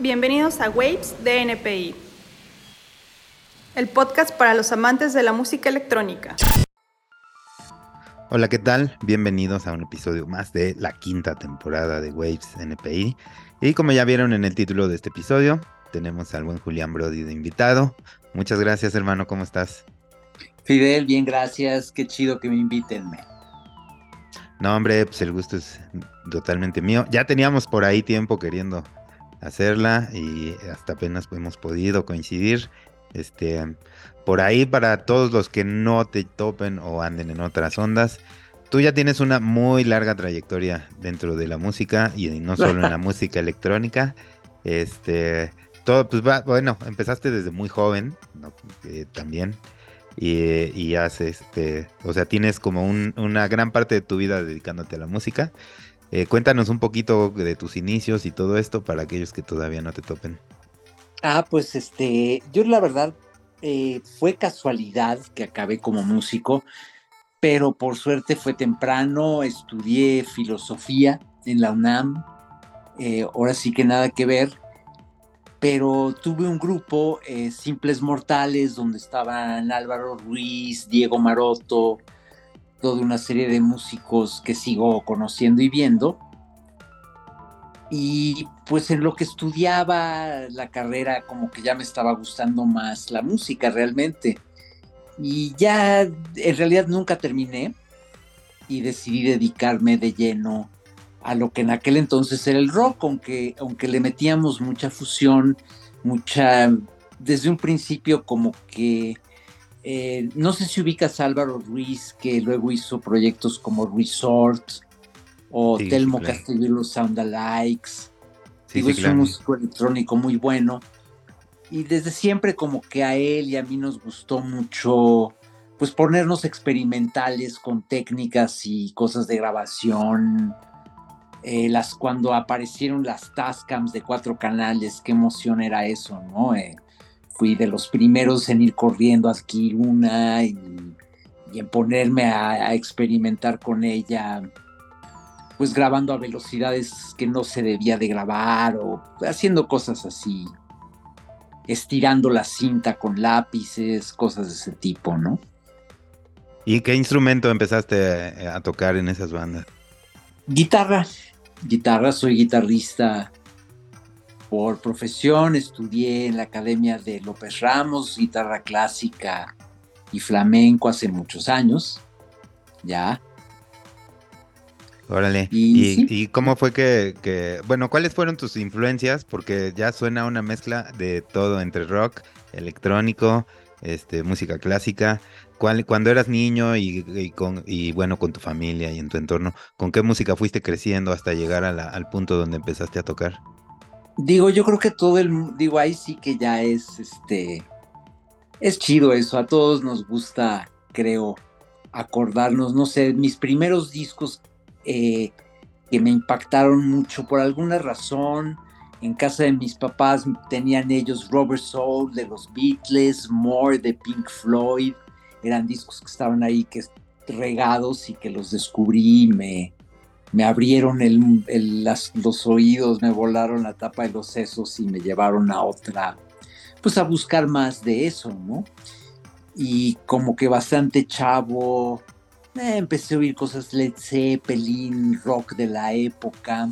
Bienvenidos a Waves de NPI, el podcast para los amantes de la música electrónica. Hola, ¿qué tal? Bienvenidos a un episodio más de la quinta temporada de Waves NPI. Y como ya vieron en el título de este episodio, tenemos al buen Julián Brody de invitado. Muchas gracias, hermano, ¿cómo estás? Fidel, bien, gracias. Qué chido que me inviten. No, hombre, pues el gusto es totalmente mío. Ya teníamos por ahí tiempo queriendo hacerla y hasta apenas hemos podido coincidir. Este, por ahí para todos los que no te topen o anden en otras ondas, tú ya tienes una muy larga trayectoria dentro de la música y no solo en la música electrónica. Este, todo, pues bueno, empezaste desde muy joven, ¿no? También. Y haces, o sea, tienes como una gran parte de tu vida dedicándote a la música. Cuéntanos un poquito de tus inicios y todo esto para aquellos que todavía no te topen. Pues yo la verdad fue casualidad que acabé como músico, pero por suerte fue temprano, estudié filosofía en la UNAM, ahora sí que nada que ver, pero tuve un grupo, Simples Mortales, donde estaban Álvaro Ruiz, Diego Maroto, toda una serie de músicos que sigo conociendo y viendo. Y pues en lo que estudiaba la carrera, como que ya me estaba gustando más la música realmente. Y ya en realidad nunca terminé y decidí dedicarme de lleno a lo que en aquel entonces era el rock, aunque le metíamos mucha fusión, desde un principio como que, no sé si ubicas a Álvaro Ruiz, que luego hizo proyectos como Resort o Sí, sí, Telmo claro. Castillo Sound Alikes. Sí, Digo, sí, es un claro. músico electrónico muy bueno. Y desde siempre como que a él y a mí nos gustó mucho, pues ponernos experimentales con técnicas y cosas de grabación. Cuando aparecieron las Tascams de 4 canales, qué emoción era eso, ¿no? Fui de los primeros en ir corriendo a adquirir una y en ponerme a experimentar con ella, pues grabando a velocidades que no se debía de grabar o haciendo cosas así, estirando la cinta con lápices, cosas de ese tipo, ¿no? ¿Y qué instrumento empezaste a tocar en esas bandas? Guitarra, soy guitarrista por profesión, estudié en la Academia de López Ramos, guitarra clásica y flamenco hace muchos años, ya, Órale. y sí. ¿Y cómo fue bueno, cuáles fueron tus influencias? Porque ya suena una mezcla de todo entre rock, electrónico, música clásica. Cuando eras niño y bueno, con tu familia y en tu entorno, ¿con qué música fuiste creciendo hasta llegar al punto donde empezaste a tocar? Digo, yo creo que digo, ahí sí que ya es chido eso, a todos nos gusta, creo, acordarnos, no sé, mis primeros discos eh, que me impactaron mucho por alguna razón. En casa de mis papás tenían ellos Rubber Soul de los Beatles, More de Pink Floyd. Eran discos que estaban ahí regados y que los descubrí, me abrieron los oídos, me volaron la tapa de los sesos y me llevaron a otra, pues a buscar más de eso, ¿no? Y como que bastante chavo, empecé a oír cosas Led Zeppelin, rock de la época.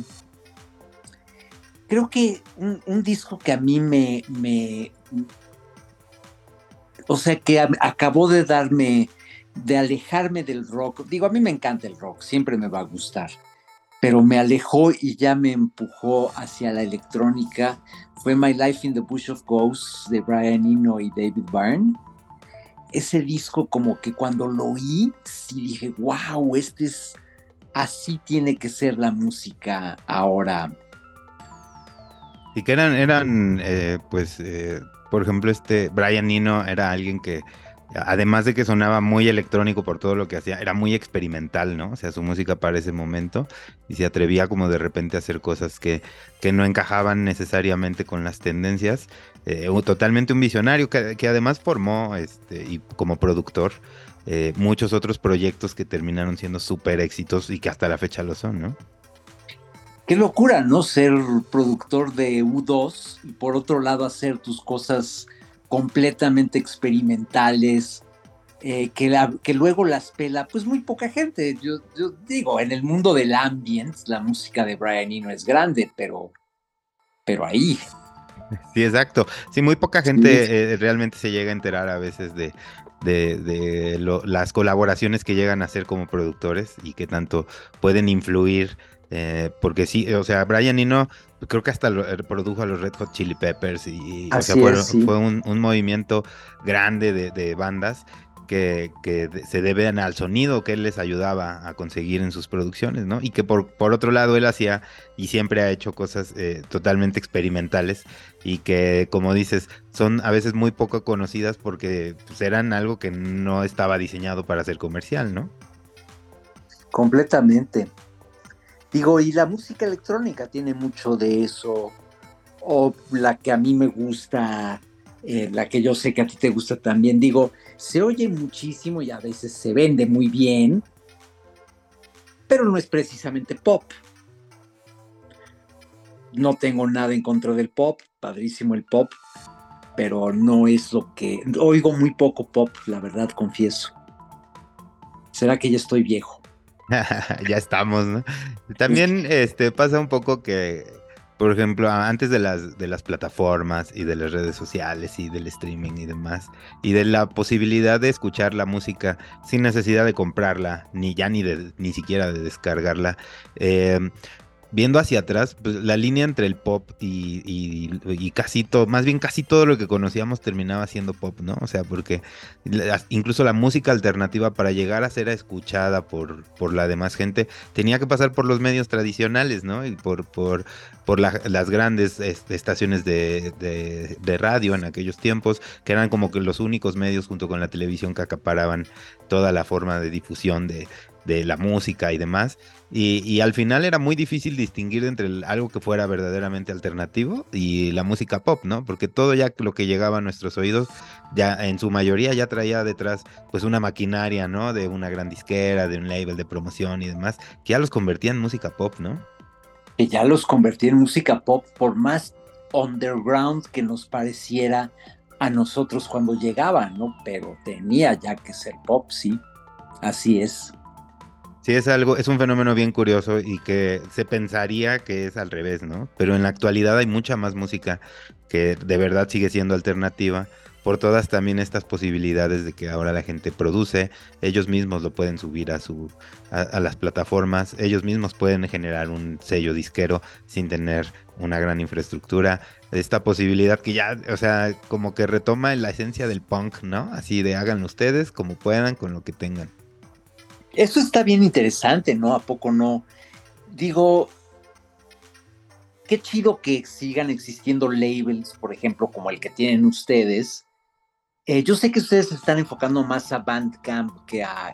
Creo que un disco que a mí o sea, que acabó de alejarme del rock. Digo, a mí me encanta el rock, siempre me va a gustar, pero me alejó y ya me empujó hacia la electrónica. Fue My Life in the Bush of Ghosts de Brian Eno y David Byrne. Ese disco como que cuando lo oí, sí dije, wow, así tiene que ser la música ahora. Y que por ejemplo, Brian Eno era alguien que, además de que sonaba muy electrónico por todo lo que hacía, era muy experimental, ¿no? O sea, su música para ese momento y se atrevía como de repente a hacer cosas que no encajaban necesariamente con las tendencias. Totalmente un visionario que además formó, y como productor, muchos otros proyectos que terminaron siendo súper éxitos y que hasta la fecha lo son, ¿no? Qué locura, ¿no? Ser productor de U2 y por otro lado hacer tus cosas completamente experimentales, que luego las pela, pues muy poca gente. Yo digo, en el mundo del ambient, la música de Brian Eno es grande, pero ahí. Sí, exacto. Sí, muy poca Sí, gente realmente se llega a enterar a veces de las colaboraciones que llegan a hacer como productores y que tanto pueden influir. Porque sí, o sea, Brian Eno creo que hasta produjo a los Red Hot Chili Peppers y, o sea, así es, sí. fue un movimiento grande de bandas se deben al sonido que él les ayudaba a conseguir en sus producciones, ¿no? Y que por otro lado él hacía y siempre ha hecho cosas totalmente experimentales y que, como dices, son a veces muy poco conocidas porque pues, eran algo que no estaba diseñado para ser comercial, ¿no? Completamente. Digo, y la música electrónica tiene mucho de eso, o la que a mí me gusta, la que yo sé que a ti te gusta también. Digo, se oye muchísimo y a veces se vende muy bien, pero no es precisamente pop. No tengo nada en contra del pop, padrísimo el pop, pero no es lo que... Oigo muy poco pop, la verdad, confieso. ¿Será que ya estoy viejo? Ya estamos, ¿no? También pasa un poco que, por ejemplo, antes de las plataformas y de las redes sociales y del streaming y demás, y de la posibilidad de escuchar la música sin necesidad de comprarla, ni siquiera de descargarla, eh, viendo hacia atrás, pues la línea entre el pop y casi todo, más bien casi todo lo que conocíamos terminaba siendo pop, ¿no? O sea, porque incluso la música alternativa para llegar a ser escuchada por la demás gente tenía que pasar por los medios tradicionales, ¿no? Y por las grandes estaciones de radio en aquellos tiempos, que eran como que los únicos medios junto con la televisión que acaparaban toda la forma de difusión de la música y demás. Y al final era muy difícil distinguir entre algo que fuera verdaderamente alternativo y la música pop, ¿no? Porque todo ya lo que llegaba a nuestros oídos, ya en su mayoría ya traía detrás pues una maquinaria, ¿no? De una gran disquera, de un label de promoción y demás, que ya los convertía en música pop, ¿no? Que ya los convertí en música pop, por más underground que nos pareciera a nosotros cuando llegaban, ¿no? Pero tenía ya que ser pop, sí, así es. Sí, es un fenómeno bien curioso y que se pensaría que es al revés, ¿no? Pero en la actualidad hay mucha más música que de verdad sigue siendo alternativa por todas también estas posibilidades de que ahora la gente produce, ellos mismos lo pueden subir a las plataformas, ellos mismos pueden generar un sello disquero sin tener una gran infraestructura. Esta posibilidad que ya, o sea, como que retoma la esencia del punk, ¿no? Así de háganlo ustedes como puedan con lo que tengan. Eso está bien interesante, ¿no? ¿A poco no? Digo, qué chido que sigan existiendo labels, por ejemplo, como el que tienen ustedes. Yo sé que ustedes se están enfocando más a Bandcamp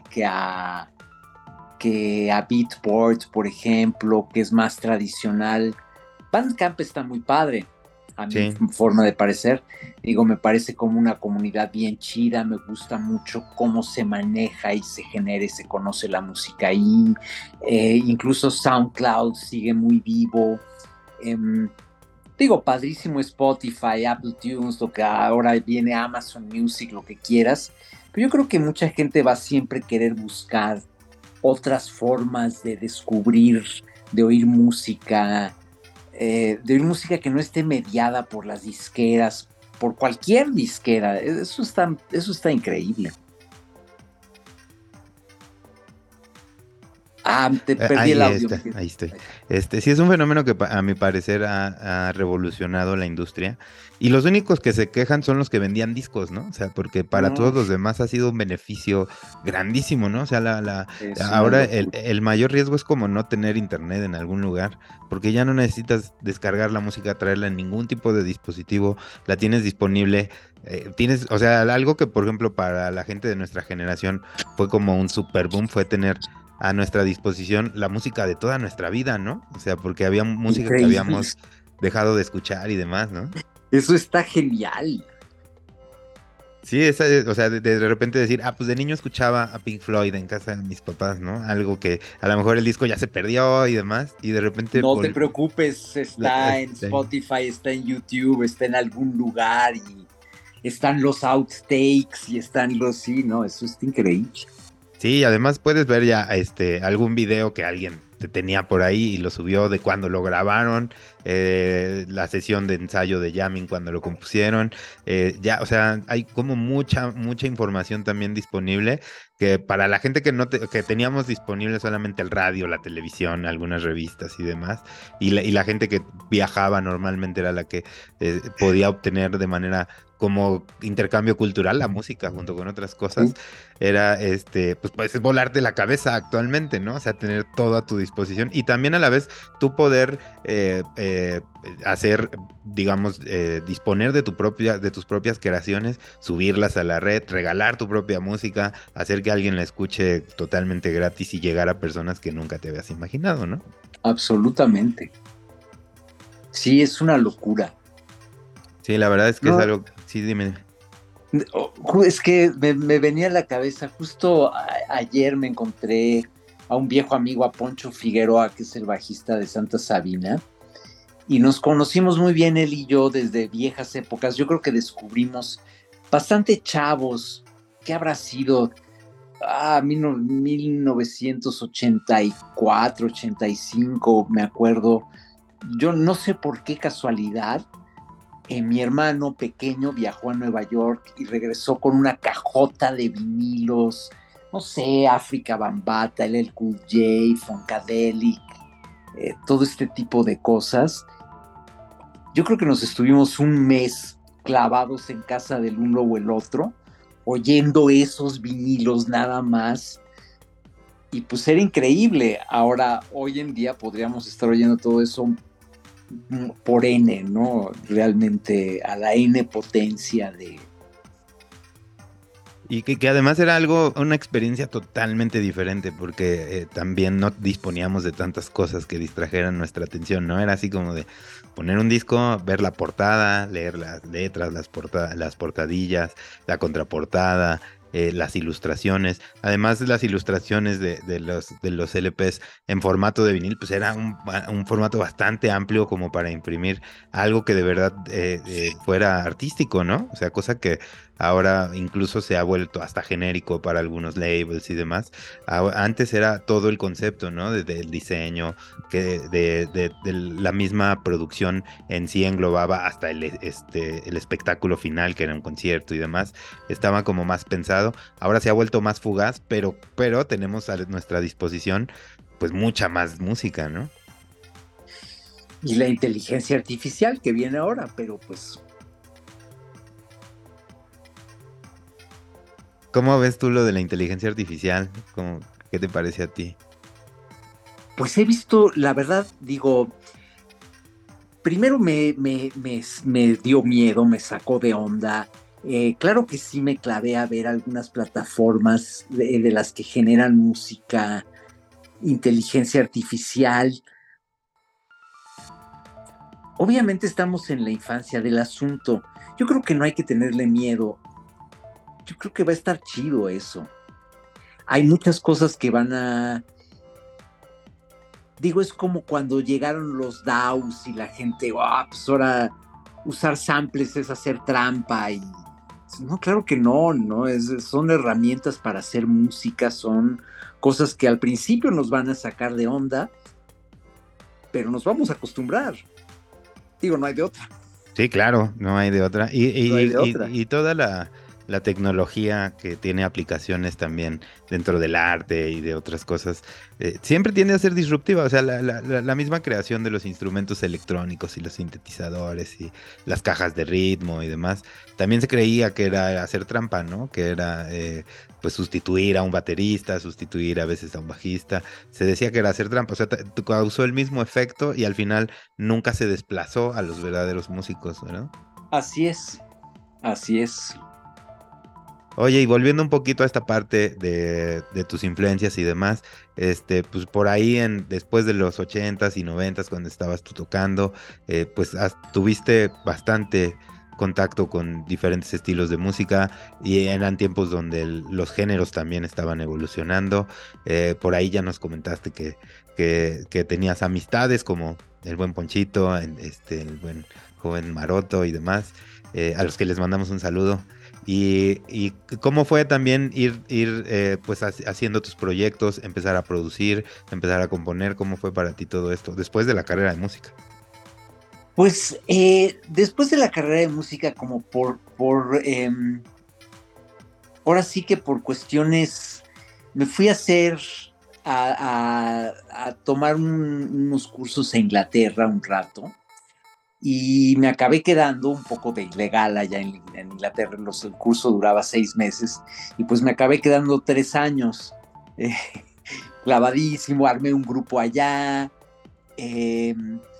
que a Beatport, por ejemplo, que es más tradicional. Bandcamp está muy padre, a mi Sí. forma de parecer. Digo, me parece como una comunidad bien chida, me gusta mucho cómo se maneja y se genera y se conoce la música ahí. Incluso SoundCloud sigue muy vivo. Em, Digo, padrísimo Spotify, Apple Tunes, lo que ahora viene Amazon Music, lo que quieras. Pero yo creo que mucha gente va a siempre querer buscar otras formas de descubrir, de de oír música que no esté mediada por las disqueras, por cualquier disquera. Eso está increíble. Ah, te perdí el Ahí audio. está, ahí estoy. Sí es un fenómeno que a mi parecer ha revolucionado la industria y los únicos que se quejan son los que vendían discos, ¿no? O sea, porque para todos Mm, los demás ha sido un beneficio grandísimo, ¿no? O sea, es una ahora el, locura. el mayor riesgo es como no tener internet en algún lugar, porque ya no necesitas descargar la música, traerla en ningún tipo de dispositivo, la tienes disponible. O sea, algo que por ejemplo para la gente de nuestra generación fue como un super boom, fue tener a nuestra disposición la música de toda nuestra vida, ¿no? O sea, porque había música que Increíble. habíamos dejado de escuchar y demás, ¿no? Eso está genial. Sí, o sea, de repente decir, pues de niño escuchaba a Pink Floyd en casa de mis papás, ¿no? Algo que a lo mejor el disco ya se perdió y demás, y de repente No te preocupes, está en este, Spotify, está en YouTube, está en algún lugar y están los outtakes y están los, sí, no, eso es increíble. sí, además puedes ver ya algún video que alguien te tenía por ahí y lo subió de cuando lo grabaron, la sesión de ensayo de jamming cuando lo compusieron, ya, o sea, hay como mucha información también disponible que para la gente que que teníamos disponible solamente el radio, la televisión, algunas revistas y demás, y la gente que viajaba normalmente era la que podía obtener de manera como intercambio cultural la música junto con otras cosas, Sí. era pues puedes volarte la cabeza actualmente, ¿no? O sea, tener todo a tu disposición y también a la vez tú poder hacer, digamos, disponer de de tus propias creaciones, subirlas a la red, regalar tu propia música, hacer que alguien la escuche totalmente gratis y llegar a personas que nunca te habías imaginado, ¿no? Absolutamente. Sí, es una locura. Sí, la verdad es que es No, algo, sí, dime. es que me venía a la cabeza, justo ayer me encontré a un viejo amigo, a Poncho Figueroa, que es el bajista de Santa Sabina, y nos conocimos muy bien él y yo desde viejas épocas. Yo creo que descubrimos bastante chavos. ¿Qué habrá sido? 1984, 85, me acuerdo. Yo no sé por qué casualidad, mi hermano pequeño viajó a Nueva York y regresó con una cajota de vinilos, no sé, África Bambata, LL Cool J, Funkadelic, todo este tipo de cosas. Yo creo que nos estuvimos un mes clavados en casa del uno o el otro, oyendo esos vinilos nada más. Y pues era increíble. Ahora, hoy en día podríamos estar oyendo todo eso por N, ¿no? Realmente a la N potencia de... Y que además era algo, una experiencia totalmente diferente, porque también no disponíamos de tantas cosas que distrajeran nuestra atención, ¿no? Era así como de poner un disco, ver la portada, leer las letras, las portadillas, la contraportada, las ilustraciones. Además, las ilustraciones de los LPs en formato de vinil, pues era un formato bastante amplio como para imprimir algo que de verdad fuera artístico, ¿no? O sea, cosa que ahora incluso se ha vuelto hasta genérico para algunos labels y demás. Antes era todo el concepto, ¿no? Del diseño, de la misma producción en sí englobaba hasta el espectáculo final, que era un concierto y demás. Estaba como más pensado. Ahora se ha vuelto más fugaz, pero tenemos a nuestra disposición pues mucha más música, ¿no? Y la inteligencia artificial que viene ahora, pero pues... ¿Cómo ves tú lo de la inteligencia artificial? ¿Qué te parece a ti? Pues he visto, la verdad, digo, primero me dio miedo, me sacó de onda. Claro que sí me clavé a ver algunas plataformas de las que generan música, inteligencia artificial. Obviamente estamos en la infancia del asunto. Yo creo que no hay que tenerle miedo. Yo creo que va a estar chido eso. Hay muchas cosas que van a... Digo, es como cuando llegaron los DAOs y la gente, pues ahora usar samples es hacer trampa y... No, claro que no, ¿no? Son herramientas para hacer música, son cosas que al principio nos van a sacar de onda, pero nos vamos a acostumbrar. Digo, no hay de otra. Sí, claro, no hay de otra. No hay de otra. Y toda la tecnología que tiene aplicaciones también dentro del arte y de otras cosas, siempre tiende a ser disruptiva. O sea, la misma creación de los instrumentos electrónicos y los sintetizadores y las cajas de ritmo y demás, también se creía que era hacer trampa, ¿no? Que era pues sustituir a un baterista, sustituir a veces a un bajista. Se decía que era hacer trampa. O sea, causó el mismo efecto y al final nunca se desplazó a los verdaderos músicos, ¿no? Así es, así es. Oye, y volviendo un poquito a esta parte de tus influencias y demás, pues por ahí después de los ochentas y noventas, cuando estabas tú tocando, pues tuviste bastante contacto con diferentes estilos de música y eran tiempos donde los géneros también estaban evolucionando. Por ahí ya nos comentaste que tenías amistades como el buen Ponchito, el buen joven Maroto y demás, a los que les mandamos un saludo. Y cómo fue también ir pues haciendo tus proyectos, empezar a producir, empezar a componer, ¿cómo fue para ti todo esto después de la carrera de música? Pues después de la carrera de música, como ahora sí que por cuestiones, me fui a hacer, a tomar unos cursos a Inglaterra un rato y me acabé quedando un poco de ilegal allá en Inglaterra. El curso duraba 6 meses y pues me acabé quedando 3 años eh, clavadísimo, armé un grupo allá. eh,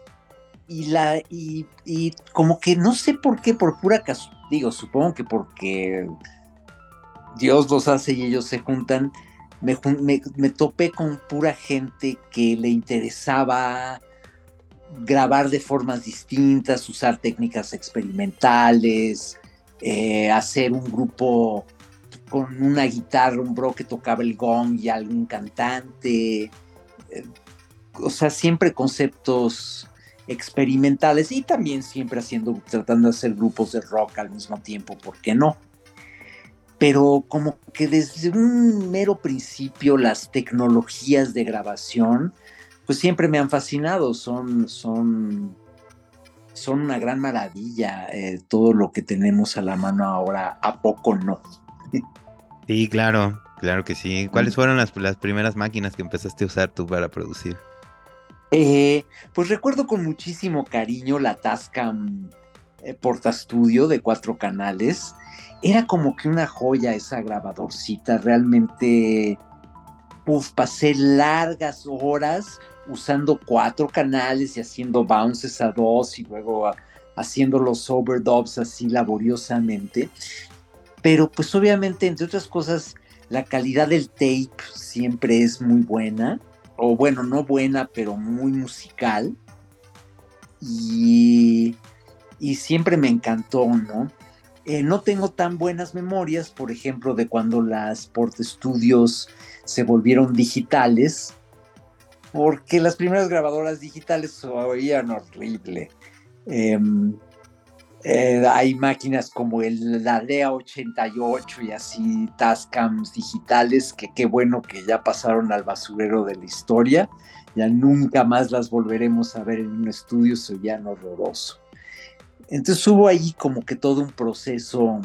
y como que no sé por qué, por pura digo, supongo que porque Dios los hace y ellos se juntan, me topé con pura gente que le interesaba grabar de formas distintas, usar técnicas experimentales, hacer un grupo con una guitarra, un bro que tocaba el gong y algún cantante, o sea, siempre conceptos experimentales y también siempre tratando de hacer grupos de rock al mismo tiempo, ¿por qué no? Pero como que desde un mero principio las tecnologías de grabación, pues siempre me han fascinado, son una gran maravilla, todo lo que tenemos a la mano ahora, ¿a poco no? Sí, claro, claro que sí. ¿Cuáles fueron las primeras máquinas que empezaste a usar tú para producir? Pues recuerdo con muchísimo cariño la Tascam Portastudio de 4 canales. Era como que una joya esa grabadorcita. Realmente, pasé largas horas usando 4 canales y haciendo bounces a 2 y luego haciendo los overdubs así laboriosamente. Pero pues obviamente, entre otras cosas, la calidad del tape siempre es muy buena, o bueno, no buena, pero muy musical, y, y siempre me encantó, ¿no? No tengo tan buenas memorias, por ejemplo, de cuando las Port Studios se volvieron digitales, porque las primeras grabadoras digitales se oían horrible. Eh, hay máquinas como la DEA 88 y así, Tascams digitales, que qué bueno que ya pasaron al basurero de la historia. Ya nunca más las volveremos a ver en un estudio, se oían horroroso. Entonces hubo ahí como que todo un proceso.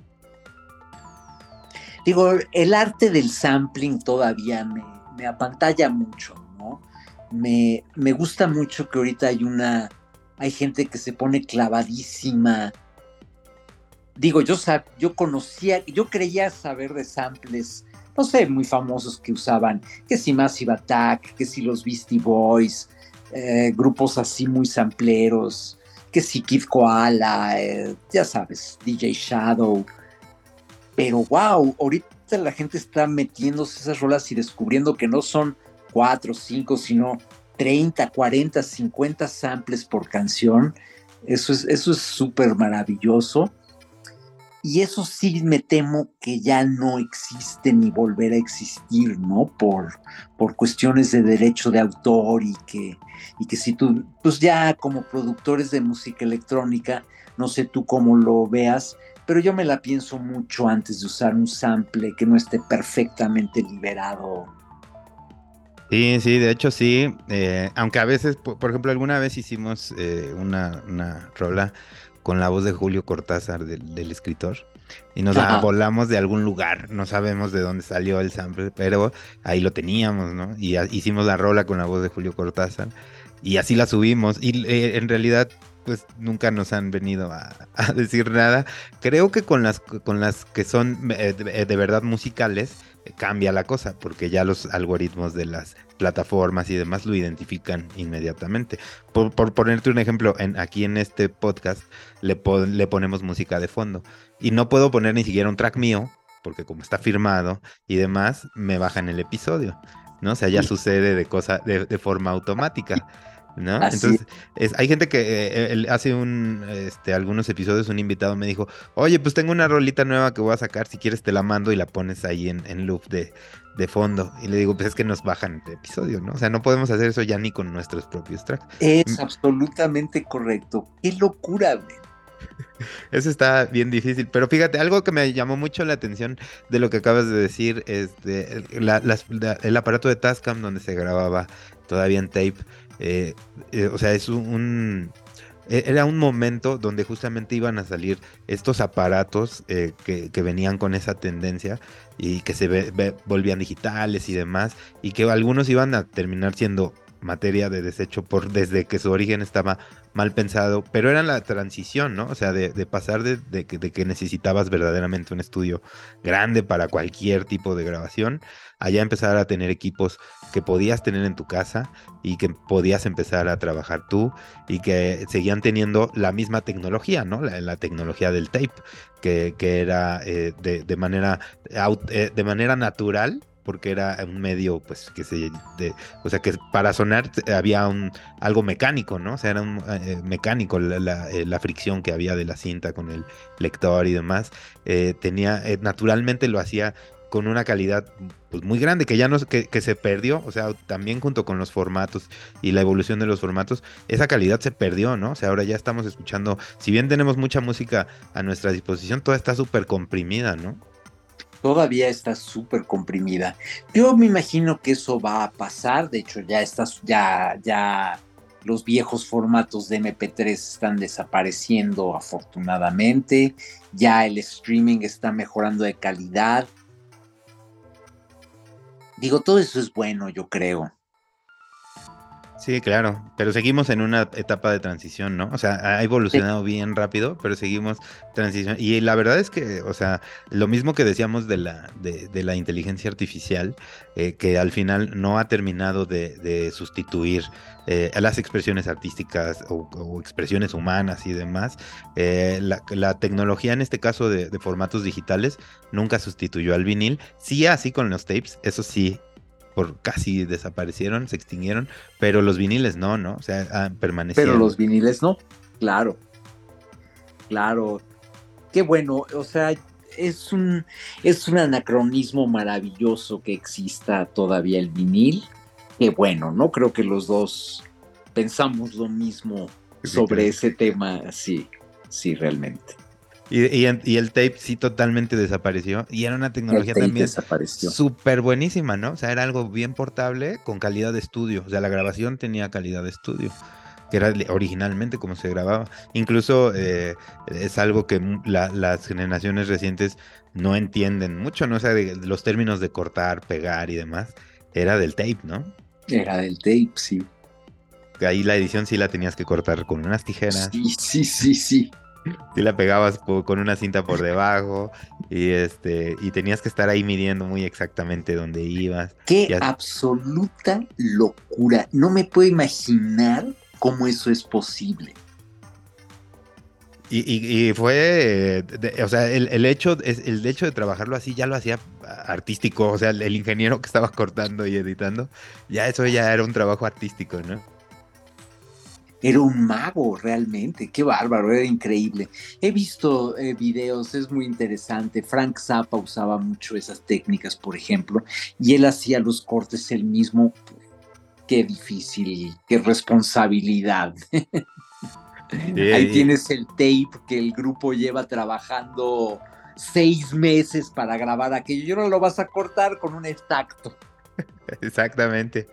Digo, el arte del sampling todavía me apantalla mucho, ¿no? Me gusta mucho que ahorita hay gente que se pone clavadísima. Digo, yo creía saber de samples, no sé, muy famosos que usaban, que si Massive Attack, que si los Beastie Boys, grupos así muy sampleros, que si Kid Koala, ya sabes, DJ Shadow. Pero wow, ahorita la gente está metiéndose esas rolas y descubriendo que no son 4, 5, sino 30, 40, 50 samples por canción. Eso es súper maravilloso. Y eso sí me temo que ya no existe ni volverá a existir, ¿no? Por cuestiones de derecho de autor y que si tú, pues ya como productores de música electrónica, no sé tú cómo lo veas, pero yo me la pienso mucho antes de usar un sample que no esté perfectamente liberado. Sí, sí, de hecho sí, aunque a veces, por ejemplo, alguna vez hicimos una rola con la voz de Julio Cortázar, del escritor, y nos la Ajá. volamos de algún lugar, no sabemos de dónde salió el sample, pero ahí lo teníamos, ¿no? Y hicimos la rola con la voz de Julio Cortázar, y así la subimos, y en realidad, pues nunca nos han venido a decir nada. Creo que con las que son de verdad musicales cambia la cosa, porque ya los algoritmos de las plataformas y demás lo identifican inmediatamente. Por ponerte un ejemplo, aquí en este podcast le ponemos música de fondo y no puedo poner ni siquiera un track mío, porque como está firmado y demás, me bajan el episodio, ¿no? O sea, ya sucede de forma automática. ¿no? Así. Entonces, hay gente que hace algunos episodios un invitado me dijo, oye, pues tengo una rolita nueva que voy a sacar, si quieres te la mando y la pones ahí en loop de fondo. Y le digo, pues es que nos bajan el episodio, ¿no? O sea, no podemos hacer eso ya ni con nuestros propios tracks. Es absolutamente correcto. ¡Qué locura, güey! Eso está bien difícil, pero fíjate, algo que me llamó mucho la atención de lo que acabas de decir es el aparato de Tascam donde se grababa todavía en tape. eh, o sea, era un momento donde justamente iban a salir estos aparatos que venían con esa tendencia y que volvían digitales y demás, y que algunos iban a terminar siendo materia de desecho desde que su origen estaba mal pensado, pero era la transición, ¿no? O sea, de pasar de que necesitabas verdaderamente un estudio grande para cualquier tipo de grabación, allá empezar a tener equipos que podías tener en tu casa y que podías empezar a trabajar tú y que seguían teniendo la misma tecnología, ¿no? La tecnología del tape, que era de manera natural, porque era un medio, pues, o sea, que para sonar había algo mecánico, ¿no? O sea, era mecánico la fricción que había de la cinta con el lector y demás. Naturalmente lo hacía con una calidad pues, muy grande, que ya no, que se perdió, o sea, también junto con los formatos y la evolución de los formatos, esa calidad se perdió, ¿no? O sea, ahora ya estamos escuchando, si bien tenemos mucha música a nuestra disposición, toda está súper comprimida, ¿no? Todavía está súper comprimida. Yo me imagino que eso va a pasar. De hecho, ya los viejos formatos de MP3 están desapareciendo afortunadamente. Ya el streaming está mejorando de calidad. Digo, todo eso es bueno, yo creo. Sí, claro, pero seguimos en una etapa de transición, ¿no? O sea, ha Sí, evolucionado bien rápido, pero seguimos transición. Y la verdad es que, o sea, lo mismo que decíamos de la inteligencia artificial, que al final no ha terminado de sustituir a las expresiones artísticas o expresiones humanas y demás. La tecnología, en este caso de formatos digitales, nunca sustituyó al vinil. Sí, así con los tapes, eso sí casi desaparecieron, se extinguieron, pero los viniles no, o sea, pero permanecieron. los viniles no. Claro, claro. Qué bueno, o sea, es un anacronismo maravilloso que exista todavía el vinil. Qué bueno, ¿no? Creo que los dos pensamos lo mismo Sí, sobre claro. ese tema, sí, sí, realmente. Y el tape sí totalmente desapareció y era una El tecnología tape también desapareció. súper buenísima, ¿no? O sea, era algo bien portable con calidad de estudio, o sea, la grabación tenía calidad de estudio, que era originalmente como se grababa. Incluso es algo que las generaciones recientes no entienden mucho, ¿no? O sea, de los términos de cortar, pegar y demás, era del tape, ¿no? Era del tape, sí. Ahí la edición sí la tenías que cortar con unas tijeras, Sí, sí, sí, sí. sí la pegabas con una cinta por debajo y tenías que estar ahí midiendo muy exactamente dónde ibas. Y, Qué as- absoluta locura. No me puedo imaginar cómo eso es posible. y fue, o sea, el hecho de trabajarlo así ya lo hacía artístico, o sea, el ingeniero que estaba cortando y editando, ya eso ya era un trabajo artístico, ¿no? Era un mago realmente, qué bárbaro, era increíble. He visto videos, es muy interesante. Frank Zappa usaba mucho esas técnicas, por ejemplo, y él hacía los cortes él mismo. Qué difícil, qué responsabilidad. Ahí Sí, tienes el tape que el grupo lleva trabajando 6 meses para grabar aquello. Y ahora lo vas a cortar con un extracto. exactamente.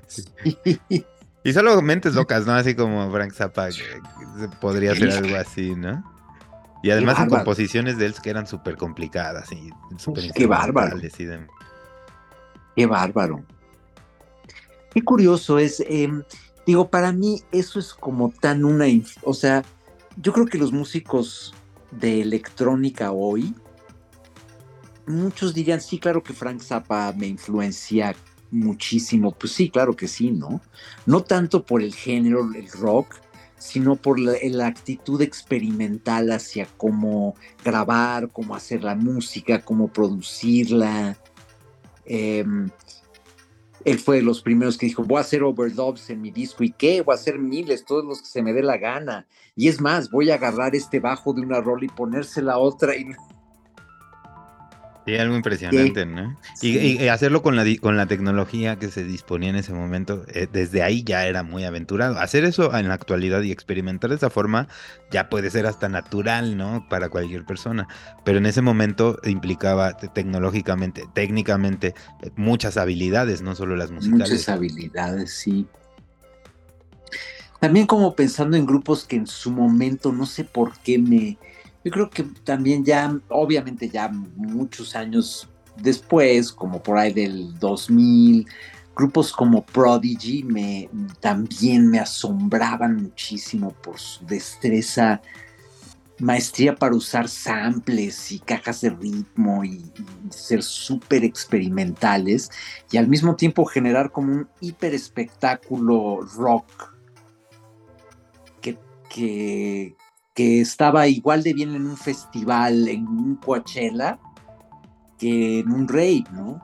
Y solo mentes locas, ¿no? Así como Frank Zappa, que podría ser algo así, ¿no? Y Qué además en bárbaro, composiciones de él que eran súper complicadas y súper qué bárbaro, instrumentales y demás. qué bárbaro. Qué curioso es, digo, para mí eso es como tan o sea, yo creo que los músicos de electrónica hoy, muchos dirían, sí, claro que Frank Zappa me influencia muchísimo, pues sí, claro que sí, ¿no? No tanto por el género, el rock, sino por la actitud experimental hacia cómo grabar, cómo hacer la música, cómo producirla. Eh, Él fue de los primeros que dijo, voy a hacer overdubs en mi disco. ¿Y qué? Voy a hacer miles, todos los que se me dé la gana. Y es más, voy a agarrar este bajo de una rola y ponérsela a otra. Y... Sí, algo ¿Qué? impresionante, ¿no? Sí, Y hacerlo con la tecnología que se disponía en ese momento, desde ahí ya era muy aventurado. Hacer eso en la actualidad y experimentar de esa forma ya puede ser hasta natural, ¿no? Para cualquier persona. Pero en ese momento implicaba tecnológicamente, técnicamente, muchas habilidades, no solo las muchas musicales. habilidades, sí. También como pensando en grupos que en su momento, no sé por qué yo creo que también ya, obviamente ya muchos años después, como por ahí del 2000, grupos como Prodigy también me asombraban muchísimo por su destreza, maestría para usar samples y cajas de ritmo y ser súper experimentales y al mismo tiempo generar como un hiper espectáculo rock que, que, que estaba igual de bien en un festival, en un Coachella, que en un rave, ¿no?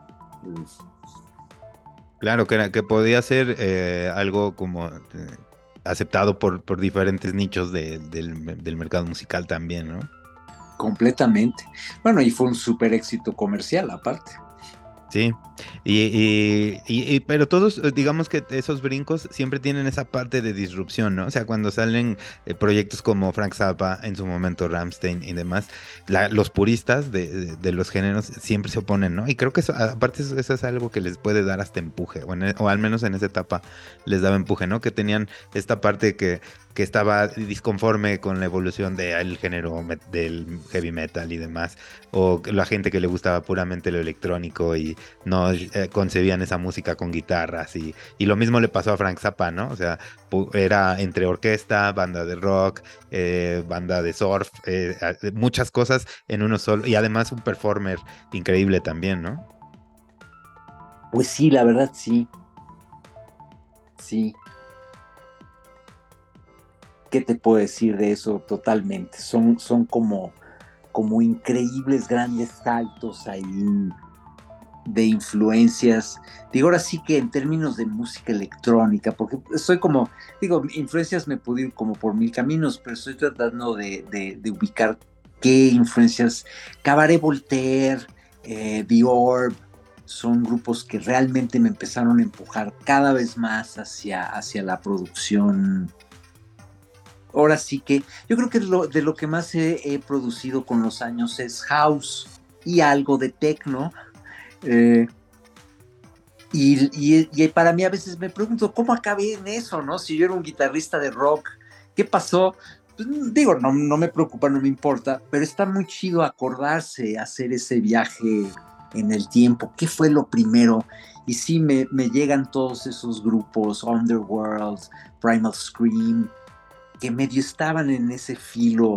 Claro, que podía ser algo como aceptado por diferentes nichos del mercado musical también, ¿no? Completamente. Bueno, y fue un súper éxito comercial aparte. Sí, pero todos, digamos que esos brincos siempre tienen esa parte de disrupción, ¿no? O sea, cuando salen proyectos como Frank Zappa, en su momento Rammstein y demás, los puristas de los géneros siempre se oponen, ¿no? Y creo que eso, aparte eso es algo que les puede dar hasta empuje, o al menos en esa etapa les daba empuje, ¿no? Que tenían esta parte que estaba disconforme con la evolución del género del heavy metal y demás, o la gente que le gustaba puramente lo electrónico y no concebían esa música con guitarras y lo mismo le pasó a Frank Zappa, ¿no? O sea, era entre orquesta, banda de rock, banda de surf, muchas cosas en uno solo y además un performer increíble también, ¿no? Pues sí, la verdad sí, sí. ¿Qué te puedo decir de eso totalmente? Son como increíbles grandes saltos ahí de influencias. Digo, ahora sí que en términos de música electrónica, porque soy como, digo, influencias me puedo ir como por mil caminos, pero estoy tratando de ubicar qué influencias. Cabaret Voltaire, The Orb, son grupos que realmente me empezaron a empujar cada vez más hacia la producción. Ahora sí que yo creo que de lo que más he producido con los años es house y algo de techno. Eh, y para mí a veces me pregunto, ¿cómo acabé en eso, no? Si yo era un guitarrista de rock, ¿qué pasó? Pues, digo, no me preocupa, no me importa, pero está muy chido acordarse, hacer ese viaje en el tiempo. ¿Qué fue lo primero? Y sí, me llegan todos esos grupos, Underworld, Primal Scream, que medio estaban en ese filo.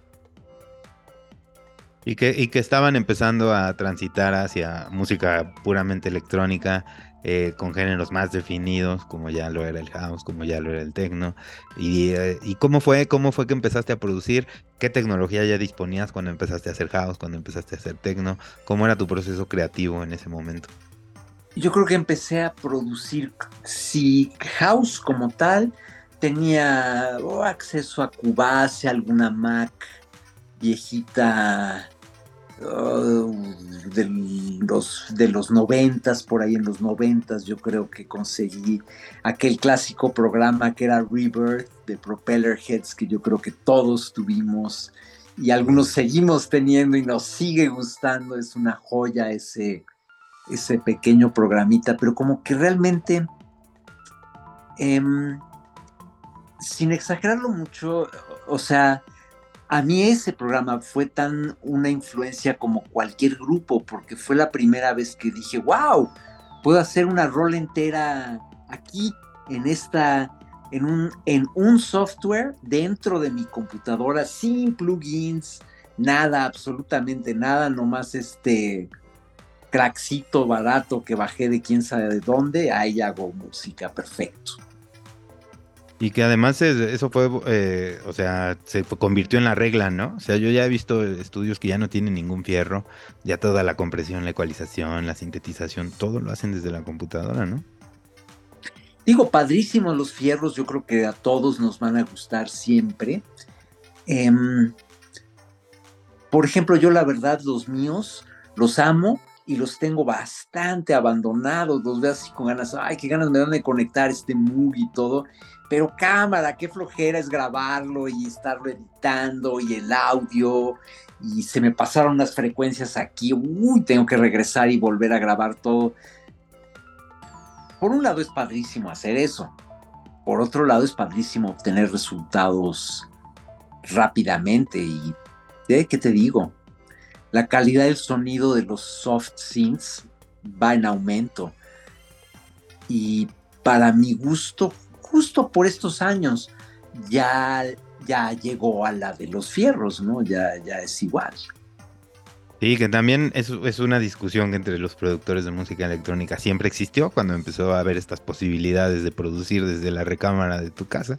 Y que estaban empezando a transitar hacia música puramente electrónica, con géneros más definidos, como ya lo era el house, como ya lo era el techno. ¿Y cómo fue que empezaste a producir? ¿Qué tecnología ya disponías cuando empezaste a hacer house, cuando empezaste a hacer techno? ¿Cómo era tu proceso creativo en ese momento? Yo creo que empecé a producir, si house como tal, tenía acceso a Cubase, alguna Mac viejita uh, de los noventas, por ahí en los noventas yo creo que conseguí aquel clásico programa que era Rebirth de Propeller Heads, que yo creo que todos tuvimos y algunos seguimos teniendo y nos sigue gustando, es una joya ese pequeño programita, pero como que realmente, eh, sin exagerarlo mucho, o sea, a mí ese programa fue tan una influencia como cualquier grupo, porque fue la primera vez que dije, wow, puedo hacer una rola entera aquí, en esta, en un software dentro de mi computadora, sin plugins, nada, absolutamente nada, nomás crackcito barato que bajé de quién sabe de dónde, ahí hago música, perfecto. Y que además eso fue, o sea, convirtió en la regla, ¿no? O sea, yo ya he visto estudios que ya no tienen ningún fierro, ya toda la compresión, la ecualización, la sintetización, todo lo hacen desde la computadora, ¿no? Digo, padrísimos los fierros, yo creo que a todos nos van a gustar siempre. Em, por ejemplo, yo la verdad los míos los amo y los tengo bastante abandonados, los veo así con ganas, ay, qué ganas me dan de conectar este Moog y todo, pero cámara, qué flojera es grabarlo y estarlo editando y el audio, y se me pasaron unas frecuencias aquí, uy, tengo que regresar y volver a grabar todo. Por un lado es padrísimo hacer eso, por otro lado es padrísimo obtener resultados rápidamente y, ¿qué te digo? La calidad del sonido de los soft synths va en aumento. Y para mi gusto, justo por estos años, ya, ya llegó a la de los fierros, ¿no? Ya es igual. Sí, que también es una discusión que entre los productores de música electrónica siempre existió cuando empezó a haber estas posibilidades de producir desde la recámara de tu casa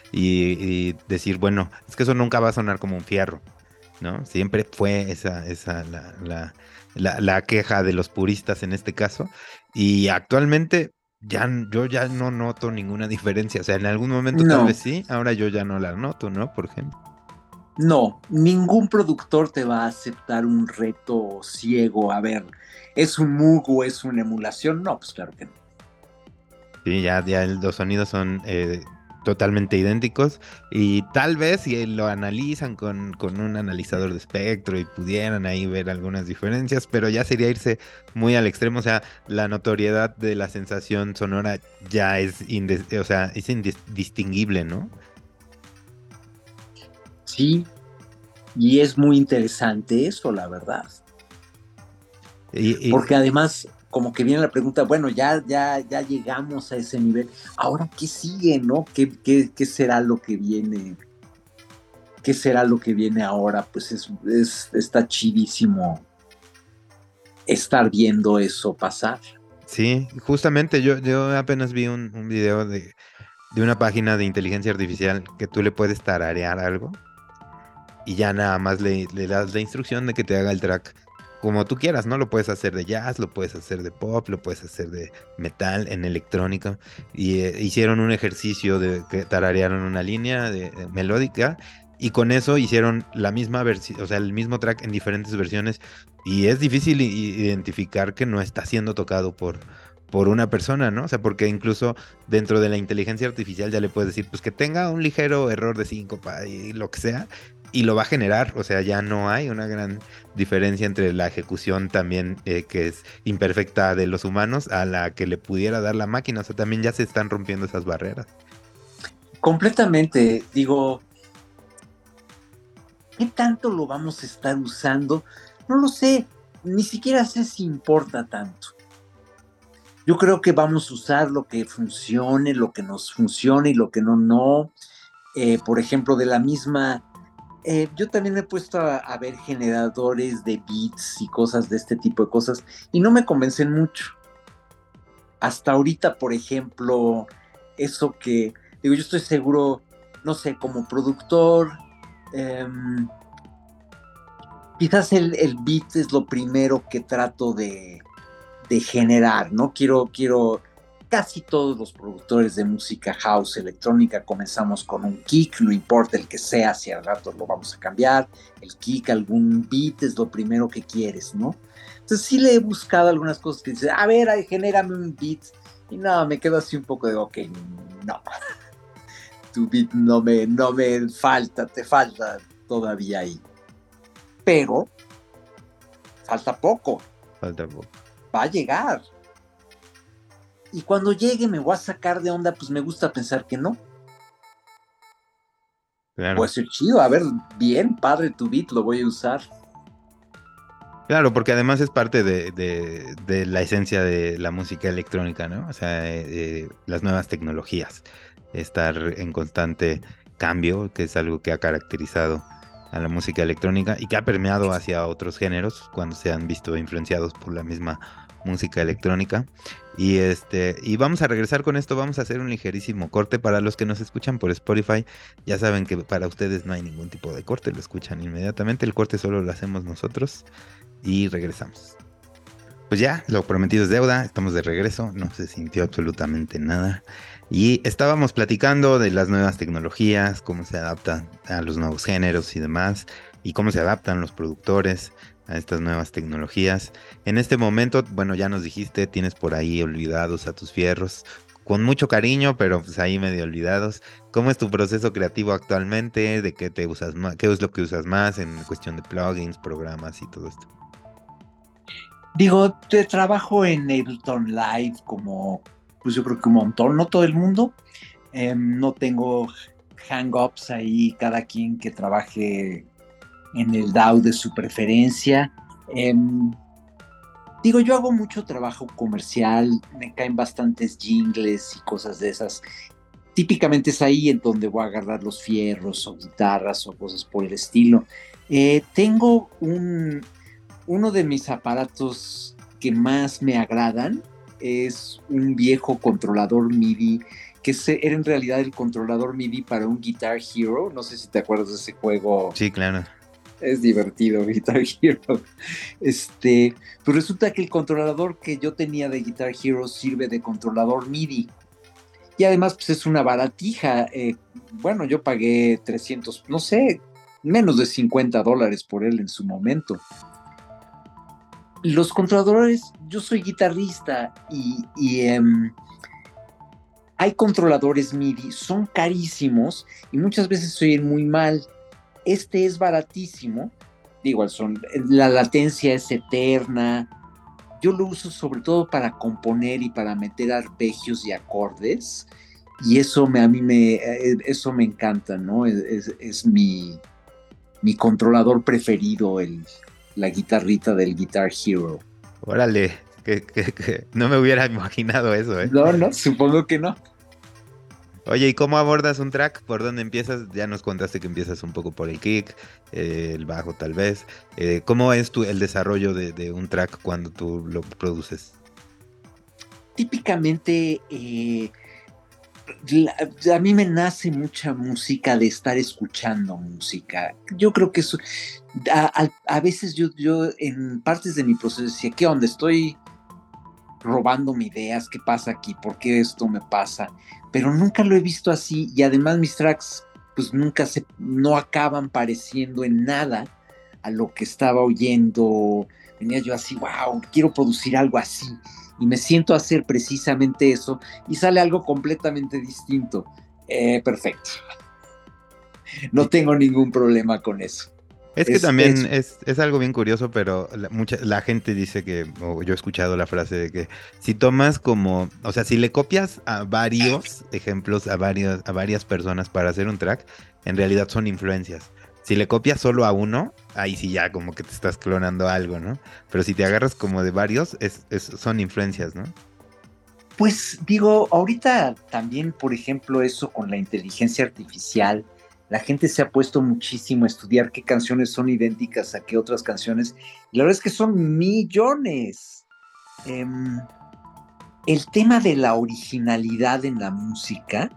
y decir, bueno, es que eso nunca va a sonar como un fierro, ¿no? Siempre fue esa la queja de los puristas en este caso. Y actualmente yo ya no noto ninguna diferencia. O sea, en algún momento tal vez No, sí, ahora yo ya no la noto, ¿no? Por ejemplo. no, ningún productor te va a aceptar un reto ciego. A ver, ¿es un Moog o es una emulación? No, pues claro que no. Sí, ya los sonidos son totalmente idénticos y tal vez si lo analizan con un analizador de espectro y pudieran ahí ver algunas diferencias, pero ya sería irse muy al extremo, o sea, la notoriedad de la sensación sonora ya o sea, es indistinguible, ¿no? Sí, y es muy interesante eso, la verdad. Y Porque además, como que viene la pregunta, bueno, ya llegamos a ese nivel, ahora qué sigue, ¿no? ¿Qué será lo que viene? ¿Qué será lo que viene ahora? Pues está chidísimo estar viendo eso pasar. sí, justamente yo apenas vi un video de una página de inteligencia artificial que tú le puedes tararear algo y ya nada más le das la instrucción de que te haga el track como tú quieras, ¿no? Lo puedes hacer de jazz, lo puedes hacer de pop, lo puedes hacer de metal, en electrónica. Y hicieron un ejercicio de que tararearon una línea melódica y con eso hicieron la misma versión, o sea, el mismo track en diferentes versiones. Y es difícil identificar que no está siendo tocado por una persona, ¿no? O sea, porque incluso dentro de la inteligencia artificial ya le puedes decir, pues que tenga un ligero error de síncopa y lo que sea, y lo va a generar. O sea, ya no hay una gran diferencia entre la ejecución también que es imperfecta de los humanos a la que le pudiera dar la máquina. O sea, también ya se están rompiendo esas barreras. Completamente, digo, ¿qué tanto lo vamos a estar usando? No lo sé, ni siquiera sé si importa tanto. Yo creo que vamos a usar lo que funcione, lo que nos funcione y lo que no, no. Por ejemplo, de la misma, yo también me he puesto a ver generadores de beats y cosas de este tipo de cosas y no me convencen mucho. Hasta ahorita, por ejemplo, eso que, digo, yo estoy seguro, no sé, como productor, eh, quizás el beat es lo primero que trato de generar, ¿no? Casi todos los productores de música house electrónica comenzamos con un kick, no importa el que sea, si al rato lo vamos a cambiar, el kick, algún beat es lo primero que quieres, ¿no? Entonces sí le he buscado algunas cosas que dice, a ver, ahí, genérame un beat, y no, me quedo así un poco de, ok, no, tu beat no me falta, te falta todavía ahí, pero falta poco, Falta poco. va a llegar. Y cuando llegue me voy a sacar de onda, pues me gusta pensar que no. Claro. Puede ser chido, a ver, bien, padre tu beat, lo voy a usar. Claro, porque además es parte de la esencia de la música electrónica, ¿no? O sea, las nuevas tecnologías, estar en constante cambio, que es algo que ha caracterizado a la música electrónica y que ha permeado hacia otros géneros cuando se han visto influenciados por la misma música electrónica. Y vamos a regresar con esto, vamos a hacer un ligerísimo corte para los que nos escuchan por Spotify. Ya saben que para ustedes no hay ningún tipo de corte, lo escuchan inmediatamente. El corte solo lo hacemos nosotros y regresamos. Pues ya, lo prometido es deuda, estamos de regreso, no se sintió absolutamente nada. Y estábamos platicando de las nuevas tecnologías, cómo se adaptan a los nuevos géneros y demás, y cómo se adaptan los productores a estas nuevas tecnologías. En este momento, bueno, ya nos dijiste, tienes por ahí olvidados a tus fierros, con mucho cariño, pero pues ahí medio olvidados. ¿Cómo es tu proceso creativo actualmente? ¿De qué te usas más? ¿Qué es lo que usas más en cuestión de plugins, programas y todo esto? Digo, trabajo en Ableton Live como, pues yo creo que un montón, no todo el mundo. No tengo hang-ups ahí, cada quien que trabaje en el DAW de su preferencia. Digo, yo hago mucho trabajo comercial, me caen bastantes jingles y cosas de esas. Típicamente es ahí en donde voy a agarrar los fierros o guitarras o cosas por el estilo. Tengo uno de mis aparatos que más me agradan, es un viejo controlador MIDI, que era en realidad el controlador MIDI para un Guitar Hero. No sé si te acuerdas de ese juego. Sí, claro. Es divertido, Guitar Hero. Pues resulta que el controlador que yo tenía de Guitar Hero sirve de controlador MIDI. Y además, pues es una baratija. Bueno, yo pagué 300, no sé, menos de $50 por él en su momento. Los controladores, yo soy guitarrista y hay controladores MIDI, son carísimos y muchas veces se oyen muy mal. Este es baratísimo, digo, la latencia es eterna. Yo lo uso sobre todo para componer y para meter arpegios y acordes, y eso eso me encanta, ¿no? Es mi controlador preferido, la guitarrita del Guitar Hero. Órale, que no me hubiera imaginado eso, ¿eh? No, supongo que no. Oye, ¿y cómo abordas un track? ¿Por dónde empiezas? Ya nos contaste que empiezas un poco por el kick, el bajo tal vez. ¿Cómo es el desarrollo de un track cuando tú lo produces? Típicamente, a mí me nace mucha música de estar escuchando música. Yo creo que eso, a veces yo en partes de mi proceso decía, ¿qué onda? Estoy robándome ideas, ¿qué pasa aquí? ¿Por qué esto me pasa? Pero nunca lo he visto así, y además mis tracks pues no acaban pareciendo en nada a lo que estaba oyendo. Venía yo así, wow, quiero producir algo así, y me siento a hacer precisamente eso y sale algo completamente distinto. Perfecto, no tengo ningún problema con eso. Es que también es algo bien curioso, pero la gente dice que, o yo he escuchado la frase de que si tomas como, o sea, si le copias a varios ejemplos, a varias personas para hacer un track, en realidad son influencias. Si le copias solo a uno, ahí sí ya como que te estás clonando algo, ¿no? Pero si te agarras como de varios, son influencias, ¿no? Pues digo, ahorita también, por ejemplo, eso con la inteligencia artificial, la gente se ha puesto muchísimo a estudiar qué canciones son idénticas a qué otras canciones, y la verdad es que son millones. El tema de la originalidad en la música,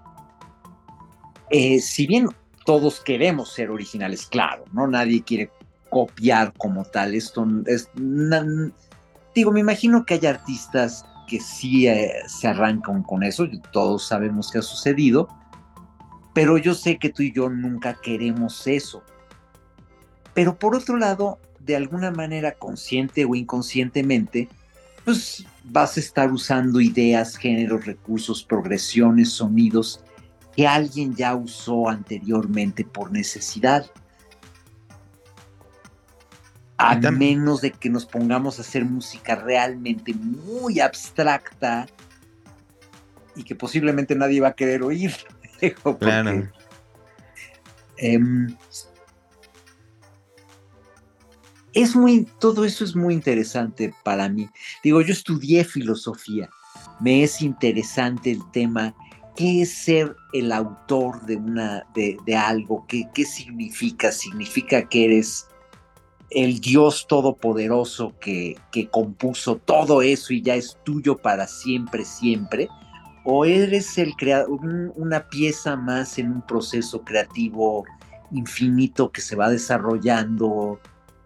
si bien todos queremos ser originales, claro, ¿no? Nadie quiere copiar como tal. Digo, me imagino que hay artistas que sí se arrancan con eso, todos sabemos que ha sucedido, pero yo sé que tú y yo nunca queremos eso. Pero por otro lado, de alguna manera consciente o inconscientemente, pues vas a estar usando ideas, géneros, recursos, progresiones, sonidos que alguien ya usó anteriormente por necesidad. A menos de que nos pongamos a hacer música realmente muy abstracta y que posiblemente nadie va a querer oír. Porque, claro. Todo eso es muy interesante para mí. Digo, yo estudié filosofía, me es interesante el tema ¿qué es ser el autor de algo? ¿Qué significa? Significa que eres el Dios todopoderoso que compuso todo eso y ya es tuyo para siempre, siempre, o eres una pieza más en un proceso creativo infinito que se va desarrollando,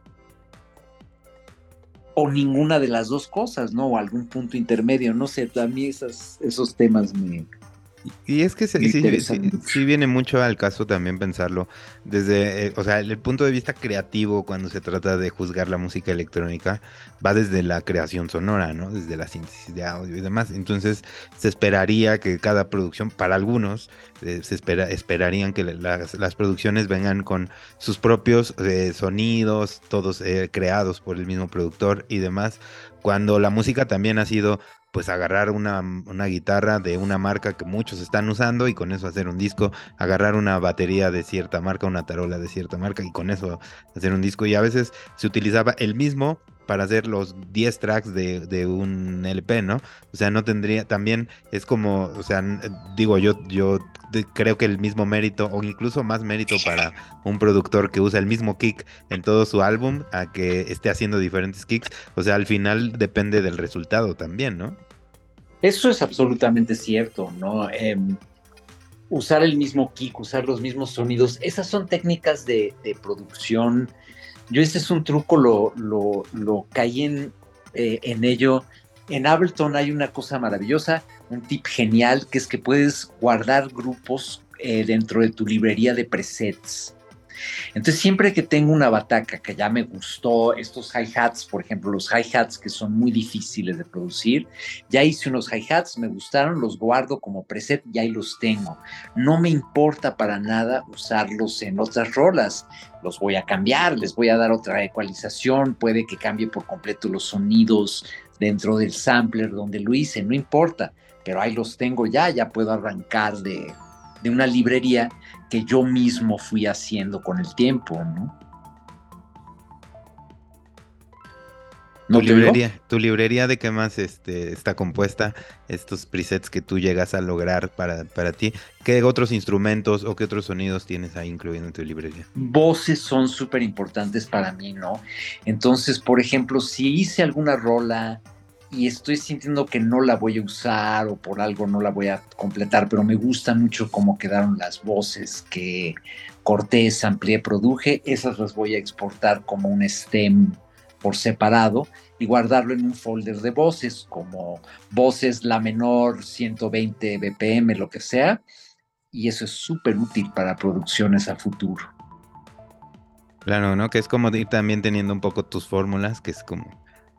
o ninguna de las dos cosas, ¿no? O algún punto intermedio, no sé, a mí esos temas Y es que me interesan sí mucho. viene mucho al caso también pensarlo desde, o sea, el punto de vista creativo cuando se trata de juzgar la música electrónica va desde la creación sonora, ¿no? Desde la síntesis de audio y demás. Entonces se esperaría que cada producción, para algunos, esperarían que las producciones vengan con sus propios sonidos, todos creados por el mismo productor y demás, cuando la música también ha sido pues agarrar una guitarra de una marca que muchos están usando y con eso hacer un disco, agarrar una batería de cierta marca, una tarola de cierta marca y con eso hacer un disco. Y a veces se utilizaba el mismo para hacer los 10 tracks de un LP, ¿no? O sea, no tendría, también es como, o sea, digo, creo que el mismo mérito o incluso más mérito para un productor que usa el mismo kick en todo su álbum a que esté haciendo diferentes kicks. O sea, al final depende del resultado también, ¿no? Eso es absolutamente cierto, ¿no? Usar el mismo kick, usar los mismos sonidos, esas son técnicas de producción. Yo ese es un truco, lo caí en ello. En Ableton hay una cosa maravillosa, un tip genial, que es que puedes guardar grupos dentro de tu librería de presets. Entonces, siempre que tengo una bataca que ya me gustó, estos hi-hats, por ejemplo, los hi-hats que son muy difíciles de producir, ya hice unos hi-hats, me gustaron, los guardo como preset y ahí los tengo. No me importa para nada usarlos en otras rolas. Los voy a cambiar, les voy a dar otra ecualización, puede que cambie por completo los sonidos dentro del sampler donde lo hice, no importa, pero ahí los tengo ya puedo arrancar de una librería que yo mismo fui haciendo con el tiempo, ¿no? ¿No te digo? Tu librería de qué más está compuesta, estos presets que tú llegas a lograr para ti, ¿qué otros instrumentos o qué otros sonidos tienes ahí incluyendo en tu librería? Voces son súper importantes para mí, ¿no? Entonces, por ejemplo, si hice alguna rola y estoy sintiendo que no la voy a usar o por algo no la voy a completar, pero me gusta mucho cómo quedaron las voces que corté, amplié, produje, esas las voy a exportar como un stem por separado y guardarlo en un folder de voces, como voces la menor, 120 BPM, lo que sea, y eso es súper útil para producciones a futuro. Claro, ¿no? Que es como de ir también teniendo un poco tus fórmulas, que es como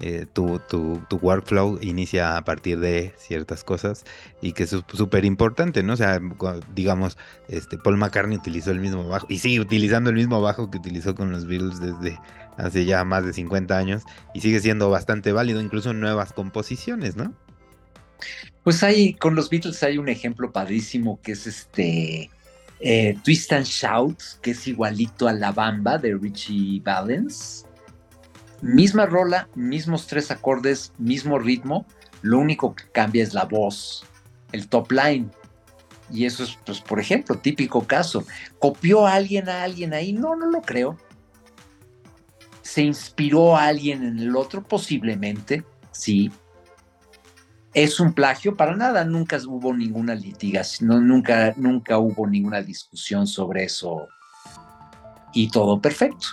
tu workflow inicia a partir de ciertas cosas y que eso es súper importante, ¿no? O sea, digamos, Paul McCartney utilizó el mismo bajo y sigue utilizando el mismo bajo que utilizó con los Beatles desde hace ya más de 50 años y sigue siendo bastante válido, incluso en nuevas composiciones, ¿no? Pues con los Beatles hay un ejemplo padrísimo que es Twist and Shout, que es igualito a La Bamba de Richie Valens. Misma rola, mismos tres acordes, mismo ritmo, lo único que cambia es la voz, el top line. Y eso es, pues, por ejemplo, típico caso. ¿Copió a alguien ahí? No, no lo creo. ¿Se inspiró a alguien en el otro? Posiblemente, sí. ¿Es un plagio? Para nada, nunca hubo ninguna litigación, no, nunca hubo ninguna discusión sobre eso y todo perfecto.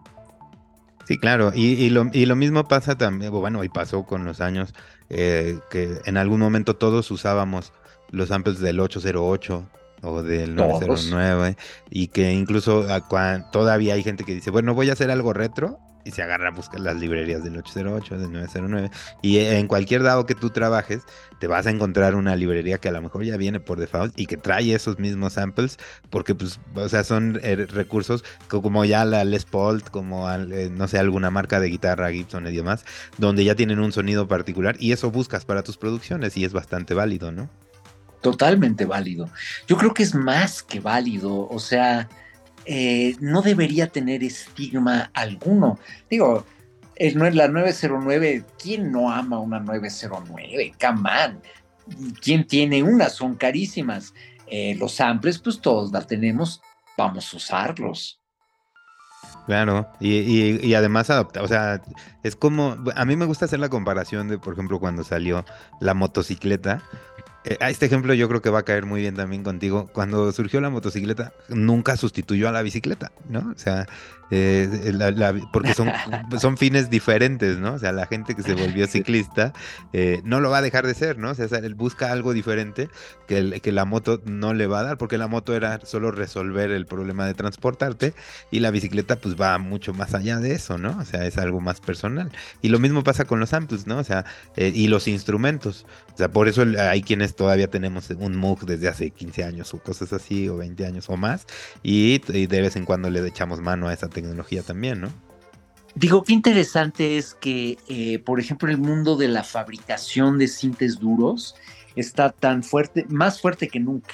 Sí, claro, y lo mismo pasa también, bueno, y pasó con los años, que en algún momento todos usábamos los samples del 808 o del Todos. 909, y que incluso todavía hay gente que dice, bueno, voy a hacer algo retro, y se agarra a buscar las librerías del 808, del 909, y en cualquier dado que tú trabajes, te vas a encontrar una librería que a lo mejor ya viene por default y que trae esos mismos samples, porque pues, o sea, son recursos como ya la Les Paul, como no sé, alguna marca de guitarra, Gibson y demás, donde ya tienen un sonido particular y eso buscas para tus producciones y es bastante válido, ¿no? Totalmente válido. Yo creo que es más que válido, o sea, no debería tener estigma alguno. Digo, la 909, ¿quién no ama una 909? Come on. ¿quién tiene una? Son carísimas. Los samples, pues todos la tenemos, vamos a usarlos. Claro, y además adapta, o sea, es como, a mí me gusta hacer la comparación de, por ejemplo, cuando salió la motocicleta. A este ejemplo yo creo que va a caer muy bien también contigo. Cuando surgió la motocicleta, nunca sustituyó a la bicicleta, ¿no? O sea, porque son fines diferentes, ¿no? O sea, la gente que se volvió ciclista no lo va a dejar de ser, ¿no? O sea, él busca algo diferente que la moto no le va a dar, porque la moto era solo resolver el problema de transportarte y la bicicleta pues va mucho más allá de eso, ¿no? O sea, es algo más personal. Y lo mismo pasa con los samples, ¿no? O sea, y los instrumentos. O sea, por eso hay quienes todavía tenemos un Moog desde hace 15 años o cosas así, o 20 años o más, y de vez en cuando le echamos mano a esa tecnología también, ¿no? Digo, qué interesante es que, por ejemplo, el mundo de la fabricación de sintes duros está tan fuerte, más fuerte que nunca.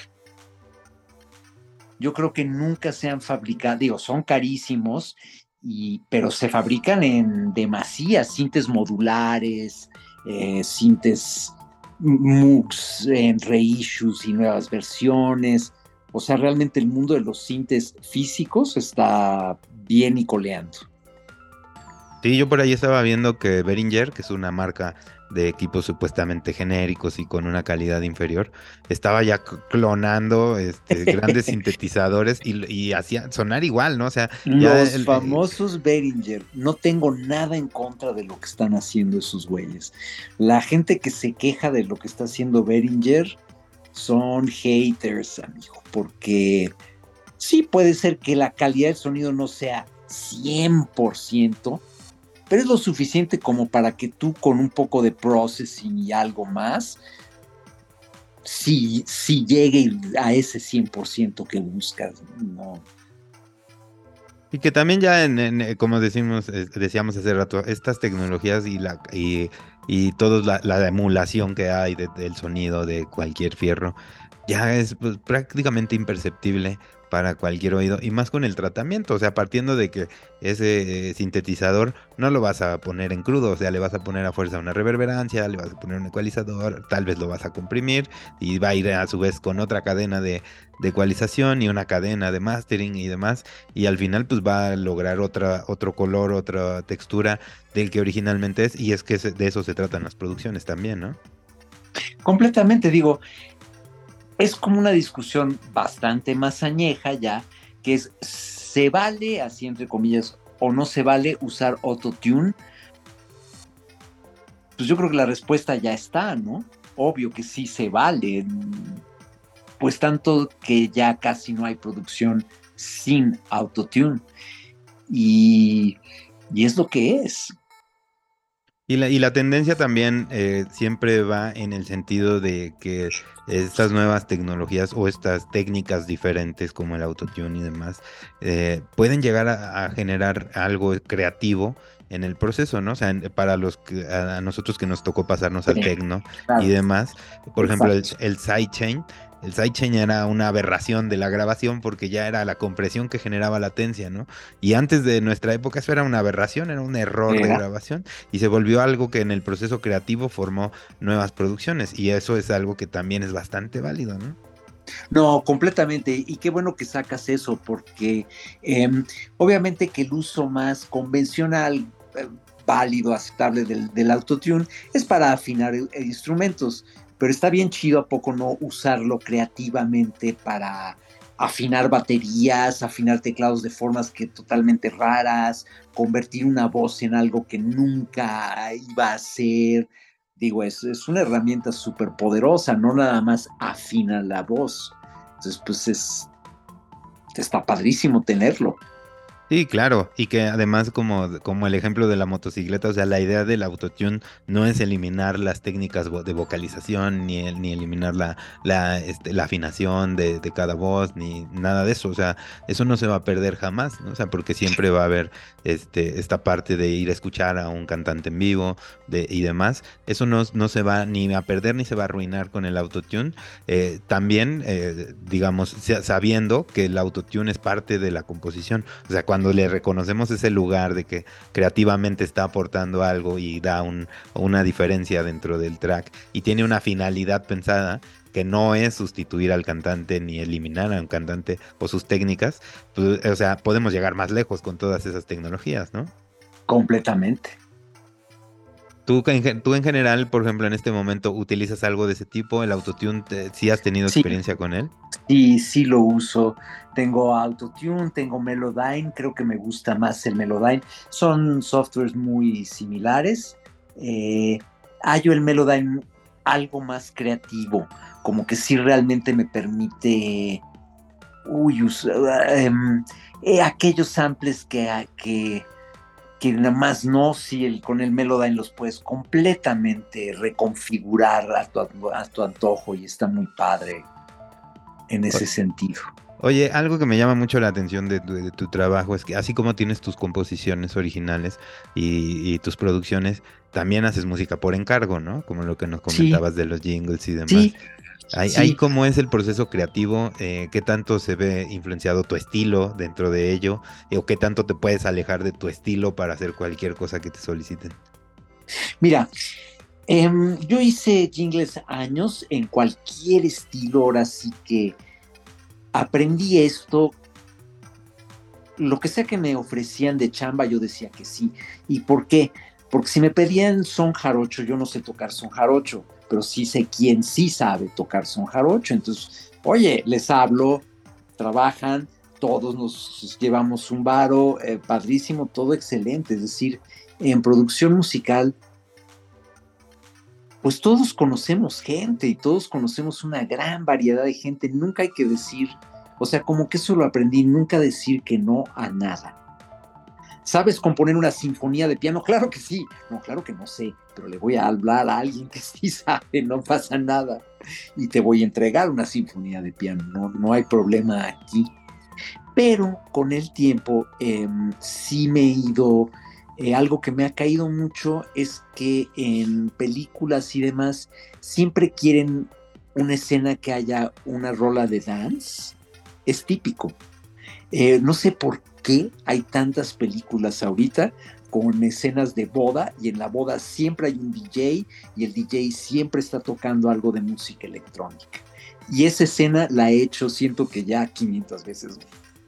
Yo creo que nunca se han fabricado, digo, son carísimos, pero se fabrican en demasía, sintes modulares, sintes MOOCs en reissues y nuevas versiones. O sea, realmente el mundo de los sintes físicos está bien y coleando. Sí, yo por ahí estaba viendo que Behringer, que es una marca de equipos supuestamente genéricos y con una calidad inferior, estaba ya clonando grandes sintetizadores y hacía sonar igual, ¿no? O sea, ya Los famosos Behringer, no tengo nada en contra de lo que están haciendo esos güeyes. La gente que se queja de lo que está haciendo Behringer son haters, amigo, porque sí puede ser que la calidad del sonido no sea 100%, pero es lo suficiente como para que tú con un poco de processing y algo más, si llegue a ese 100% que buscas, ¿no? Y que también ya como decíamos hace rato, estas tecnologías y toda la emulación que hay del sonido de cualquier fierro, ya es pues, prácticamente imperceptible para cualquier oído, y más con el tratamiento, o sea, partiendo de que ese sintetizador no lo vas a poner en crudo, o sea, le vas a poner a fuerza una reverberancia, le vas a poner un ecualizador, tal vez lo vas a comprimir y va a ir a su vez con otra cadena de ecualización y una cadena de mastering y demás, y al final pues va a lograr otro color, otra textura del que originalmente es, y es que de eso se tratan las producciones también, ¿no? Completamente, digo, es como una discusión bastante más añeja ya, que es, ¿se vale, así entre comillas, o no se vale usar autotune? Pues yo creo que la respuesta ya está, ¿no? Obvio que sí se vale, pues tanto que ya casi no hay producción sin autotune. Y, y es lo que es. Y la tendencia también siempre va en el sentido de que estas nuevas tecnologías o estas técnicas diferentes como el autotune y demás pueden llegar a generar algo creativo en el proceso, ¿no? O sea, para a nosotros que nos tocó pasarnos al Sí, techno y claro. demás, por ejemplo, Exacto. el sidechain. El sidechain era una aberración de la grabación porque ya era la compresión que generaba latencia, ¿no? Y antes de nuestra época eso era una aberración, era un error de grabación y se volvió algo que en el proceso creativo formó nuevas producciones y eso es algo que también es bastante válido, ¿no? No, completamente. Y qué bueno que sacas eso, porque obviamente que el uso más convencional, válido, aceptable del autotune es para afinar instrumentos, pero está bien chido a poco no usarlo creativamente para afinar baterías, afinar teclados de formas que totalmente raras, convertir una voz en algo que nunca iba a ser. Digo, es una herramienta súper poderosa, no nada más afina la voz. Entonces, pues está padrísimo tenerlo. Sí, claro, y que además como el ejemplo de la motocicleta, o sea, la idea del autotune no es eliminar las técnicas de vocalización, ni eliminar la afinación de cada voz, ni nada de eso, o sea, eso no se va a perder jamás, ¿no? O sea, porque siempre va a haber esta parte de ir a escuchar a un cantante en vivo y demás, eso no se va ni a perder ni se va a arruinar con el autotune, digamos, sabiendo que el autotune es parte de la composición, o sea, cuando le reconocemos ese lugar de que creativamente está aportando algo y da una diferencia dentro del track y tiene una finalidad pensada que no es sustituir al cantante ni eliminar a un cantante o sus técnicas, pues, o sea, podemos llegar más lejos con todas esas tecnologías, ¿no? Completamente. Tú en general, por ejemplo, en este momento, ¿utilizas algo de ese tipo? ¿El autotune, sí has tenido Sí, experiencia con él? sí, sí lo uso. Tengo Autotune, tengo Melodyne, creo que me gusta más el Melodyne. Son softwares muy similares. Eh, hallo el Melodyne algo más creativo, como que sí realmente me permite aquellos samples que nada más no, si con el Melodyne los puedes completamente reconfigurar a tu antojo y está muy padre en O- ese sentido. Oye, algo que me llama mucho la atención de tu trabajo es que así como tienes tus composiciones originales y tus producciones, también haces música por encargo, ¿no? Como lo que nos Sí, comentabas de los jingles y demás. sí, Ahí sí. cómo es el proceso creativo, qué tanto se ve influenciado tu estilo dentro de ello, o qué tanto te puedes alejar de tu estilo para hacer cualquier cosa que te soliciten. Mira, yo hice jingles años en cualquier estilo, ahora sí que aprendí esto. Lo que sea que me ofrecían de chamba, yo decía que sí. ¿Y por qué? Porque si me pedían son jarocho, yo no sé tocar son jarocho, pero sí sé quién sí sabe tocar son jarocho. Entonces, oye, les hablo, trabajan, todos nos llevamos un varo, padrísimo, todo excelente. Es decir, en producción musical, pues todos conocemos gente y todos conocemos una gran variedad de gente. Nunca hay que decir, o sea, como que eso lo aprendí, nunca decir que no a nada. ¿Sabes componer una sinfonía de piano? Claro que sí. No, claro que no sé, pero le voy a hablar a alguien que sí sabe, no pasa nada. Y te voy a entregar una sinfonía de piano, no, no hay problema aquí. Pero con el tiempo sí me he ido, algo que me ha caído mucho es que en películas y demás siempre quieren una escena que haya una rola de dance. Es típico. No sé por qué hay tantas películas ahorita con escenas de boda y en la boda siempre hay un DJ y el DJ siempre está tocando algo de música electrónica. Y esa escena la he hecho, siento que ya 500 veces.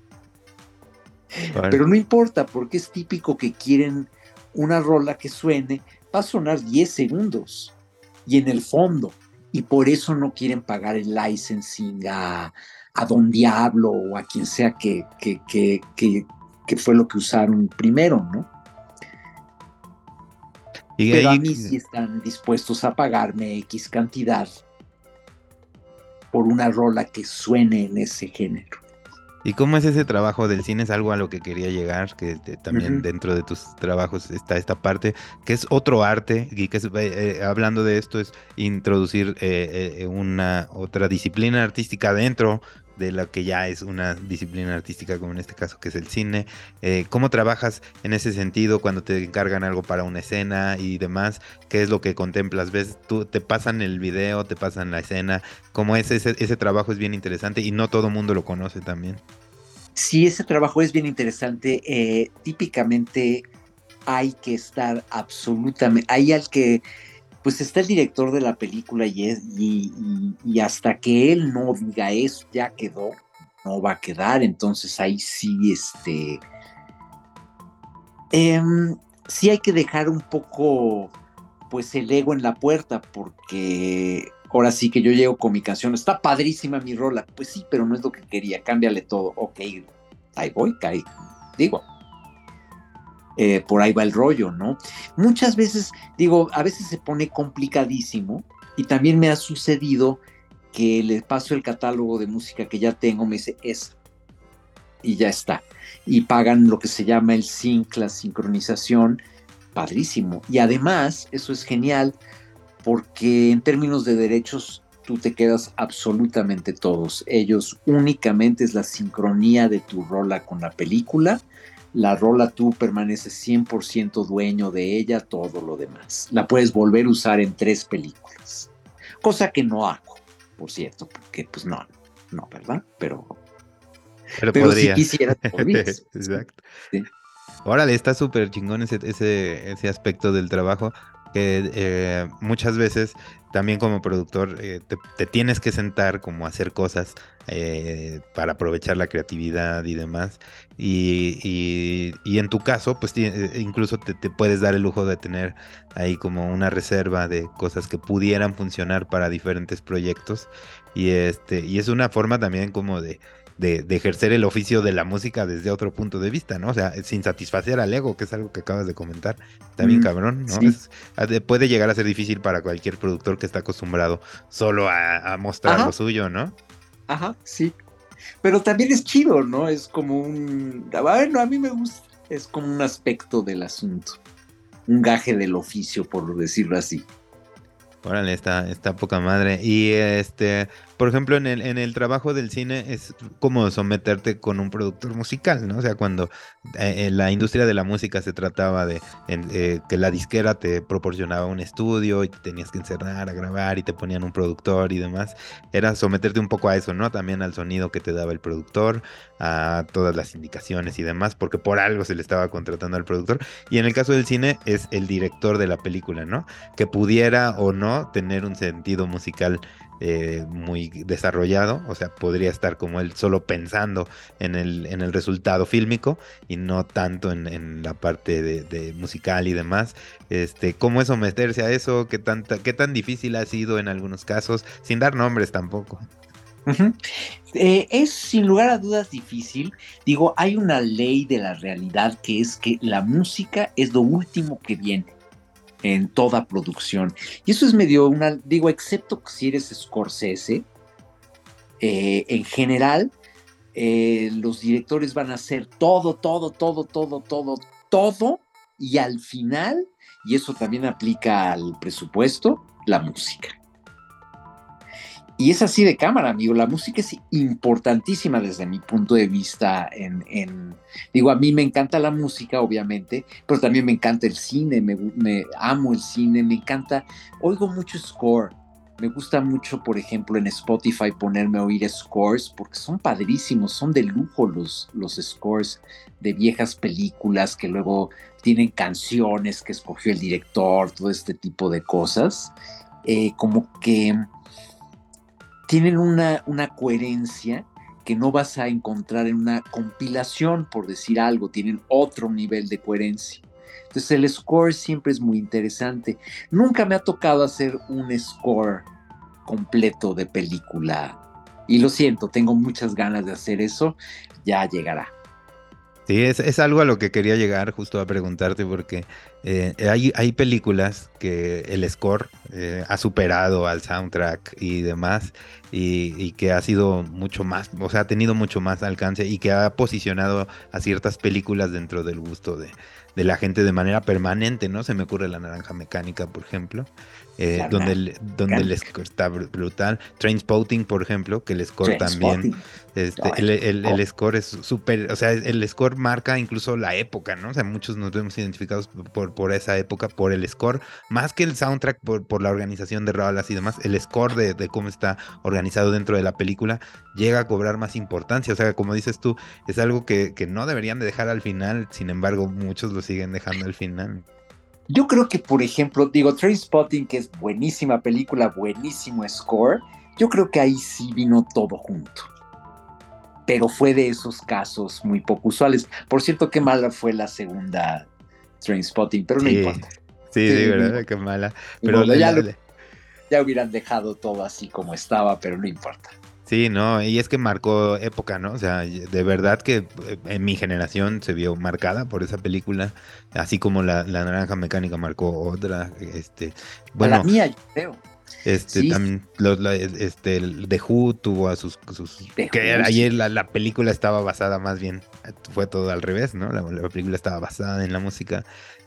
Órale. Pero no importa porque es típico que quieren una rola que suene, va a sonar 10 segundos y en el fondo. Y por eso no quieren pagar el licensing a Don Diablo o a quien sea que fue lo que usaron primero, ¿no? Y Pero a ahí, mí sí están dispuestos a pagarme X cantidad por una rola que suene en ese género. ¿Y cómo es ese trabajo del cine? Es algo a lo que quería llegar, que Uh también -huh. dentro de tus trabajos está esta parte, que es otro arte, y que hablando de esto es introducir una otra disciplina artística dentro de la que ya es una disciplina artística, como en este caso que es el cine. ¿Cómo trabajas en ese sentido cuando te encargan algo para una escena y demás? ¿Qué es lo que contemplas? ¿Ves? Tú, te pasan el video, te pasan la escena. ¿Cómo es ese trabajo? Es bien interesante y no todo mundo lo conoce también. Sí, ese trabajo es bien interesante. Típicamente hay que estar absolutamente, hay al que, pues está el director de la película y hasta que él no diga eso, ya quedó, no va a quedar, entonces ahí sí, eh, sí hay que dejar un poco, pues el ego en la puerta, porque ahora sí que yo llego con mi canción, está padrísima mi rola, pues sí, pero no es lo que quería, cámbiale todo, ok, ahí voy, ahí, digo, por ahí va el rollo, ¿no? Muchas veces, digo, a veces se pone complicadísimo y también me ha sucedido que le paso el catálogo de música que ya tengo, me dice esa y ya está. Y pagan lo que se llama el sync, la sincronización, padrísimo. Y además, eso es genial porque en términos de derechos tú te quedas absolutamente todos. Ellos únicamente es la sincronía de tu rola con la película. La rola tú permaneces 100% dueño de ella, todo lo demás. La puedes volver a usar en 3 películas. Cosa que no hago, por cierto, porque pues no, ¿verdad? Pero pero si podría. quisieras, podrías. Exacto. Sí. Órale, está súper chingón ese aspecto del trabajo que muchas veces también como productor te tienes que sentar como a hacer cosas para aprovechar la creatividad y demás. Y en tu caso, pues incluso te puedes dar el lujo de tener ahí como una reserva de cosas que pudieran funcionar para diferentes proyectos. Y es una forma también como de ejercer el oficio de la música desde otro punto de vista, ¿no? O sea, sin satisfacer al ego, que es algo que acabas de comentar. Está bien cabrón, ¿no? Sí. Puede llegar a ser difícil para cualquier productor que está acostumbrado solo a mostrar lo Ajá, suyo, ¿no? ajá, sí. Pero también es chido, ¿no? Es como bueno, a mí me gusta. Es como un aspecto del asunto. Un gaje del oficio, por decirlo así. Órale, está poca madre. Y por ejemplo, en el trabajo del cine es como someterte con un productor musical, ¿no? O sea, cuando en la industria de la música se trataba de que la disquera te proporcionaba un estudio y te tenías que encerrar a grabar y te ponían un productor y demás, era someterte un poco a eso, ¿no? También al sonido que te daba el productor, a todas las indicaciones y demás, porque por algo se le estaba contratando al productor. Y en el caso del cine es el director de la película, ¿no? Que pudiera o no tener un sentido musical muy desarrollado, o sea, podría estar como él solo pensando en el resultado fílmico y no tanto en la parte de musical y demás. ¿Cómo es someterse a eso? ¿Qué tan difícil ha sido en algunos casos? Sin dar nombres tampoco. Ujú. Es sin lugar a dudas difícil. Digo, hay una ley de la realidad que es que la música es lo último que viene en toda producción. Y eso es medio digo, excepto si eres Scorsese, en general, los directores van a hacer todo, todo, todo, todo, todo, todo, y al final, y eso también aplica al presupuesto, la música. Y es así de cámara, amigo. La música es importantísima desde mi punto de vista. Digo, a mí me encanta la música, obviamente, pero también me encanta el cine. Me amo el cine, me encanta. Oigo mucho score. Me gusta mucho, por ejemplo, en Spotify ponerme a oír scores porque son padrísimos, son de lujo los scores de viejas películas que luego tienen canciones que escogió el director, todo este tipo de cosas. Como que tienen una coherencia que no vas a encontrar en una compilación, por decir algo, tienen otro nivel de coherencia. Entonces el score siempre es muy interesante. Nunca me ha tocado hacer un score completo de película y lo siento, tengo muchas ganas de hacer eso, ya llegará. Sí, es algo a lo que quería llegar justo a preguntarte porque hay películas que el score ha superado al soundtrack y demás y que ha sido mucho más, o sea, ha tenido mucho más alcance y que ha posicionado a ciertas películas dentro del gusto de la gente de manera permanente, ¿no? Se me ocurre La Naranja Mecánica, por ejemplo, La donde el score está brutal. Trainspotting, por ejemplo, que el score también Trainspotting. el score es súper, o sea, el score marca incluso la época, ¿no? O sea, muchos nos vemos identificados por esa época, por el score, más que el soundtrack, por la organización de rolas y demás, el score de cómo está organizado dentro de la película llega a cobrar más importancia. O sea, como dices tú, es algo que no deberían de dejar al final, sin embargo, muchos lo siguen dejando al final. Yo creo que, por ejemplo, digo, Trainspotting, que es buenísima película, buenísimo score, yo creo que ahí sí vino todo junto. Pero fue de esos casos muy poco usuales. Por cierto, qué mala fue la segunda Trainspotting, pero no Sí, importa. sí, sí, Sí, ¿verdad? Qué mala. ni Pero modo, ya hubieran dejado todo así como estaba, pero no importa. sí, no, y es que marcó época, ¿no? O sea, de verdad que en mi generación se vio marcada por esa película, así como la Naranja Mecánica marcó otra, A la bueno, mía, yo creo. Sí, también el The Who tuvo a sus de que Juicy. ayer la película estaba basada más bien, fue todo al revés, ¿no? La película estaba basada en la música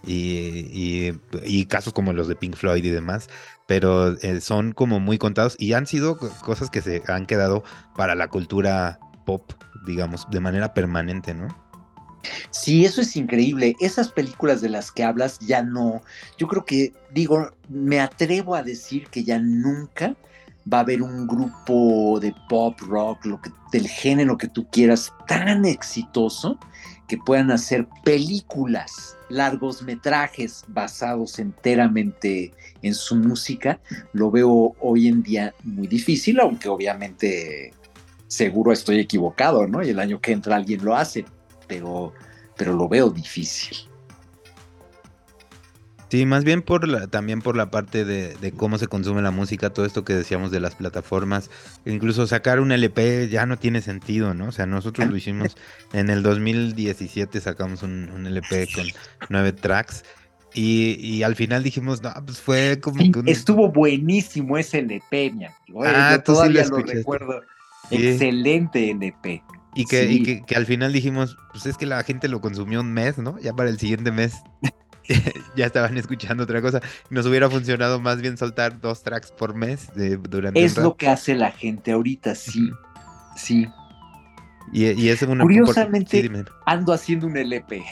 y casos como los de Pink Floyd y demás, pero son como muy contados y han sido cosas que se han quedado para la cultura pop, digamos, de manera permanente, ¿no? Sí, eso es increíble. Esas películas de las que hablas ya no, yo creo que, digo, me atrevo a decir que ya nunca va a haber un grupo de pop, rock, del género que tú quieras, tan exitoso que puedan hacer películas, largos metrajes basados enteramente en su música. Lo veo hoy en día muy difícil, aunque obviamente seguro estoy equivocado, ¿no? Y el año que entra alguien lo hace, pero lo veo difícil. Sí, más bien también por la parte de cómo se consume la música, todo esto que decíamos de las plataformas, incluso sacar un LP ya no tiene sentido, ¿no? O sea, nosotros lo hicimos en el 2017, sacamos un LP con 9 tracks y al final dijimos, no, pues fue como Sí, que estuvo buenísimo ese LP, mi amigo. Ah, Yo tú sí lo todavía lo escuchaste. recuerdo. Sí. Excelente LP. Y que, y Sí, que, que al final dijimos, pues es que la gente lo consumió un mes, ¿no? Ya para el siguiente mes ya estaban escuchando otra cosa. Nos hubiera funcionado más bien soltar 2 tracks por mes durante un es lo rato. que hace la gente ahorita, sí, Ujú. sí. Y es una... Sí, Curiosamente, dime. ando haciendo un LP.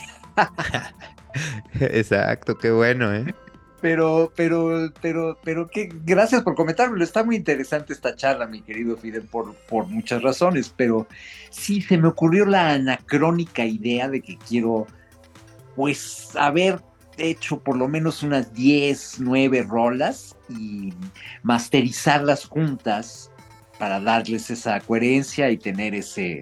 Exacto, qué bueno, ¿eh? Gracias por comentármelo. Está muy interesante esta charla, mi querido Fidel, por muchas razones, pero sí se me ocurrió la anacrónica idea de que quiero, pues, haber hecho por lo menos unas 10 9 rolas y masterizarlas juntas para darles esa coherencia y tener ese...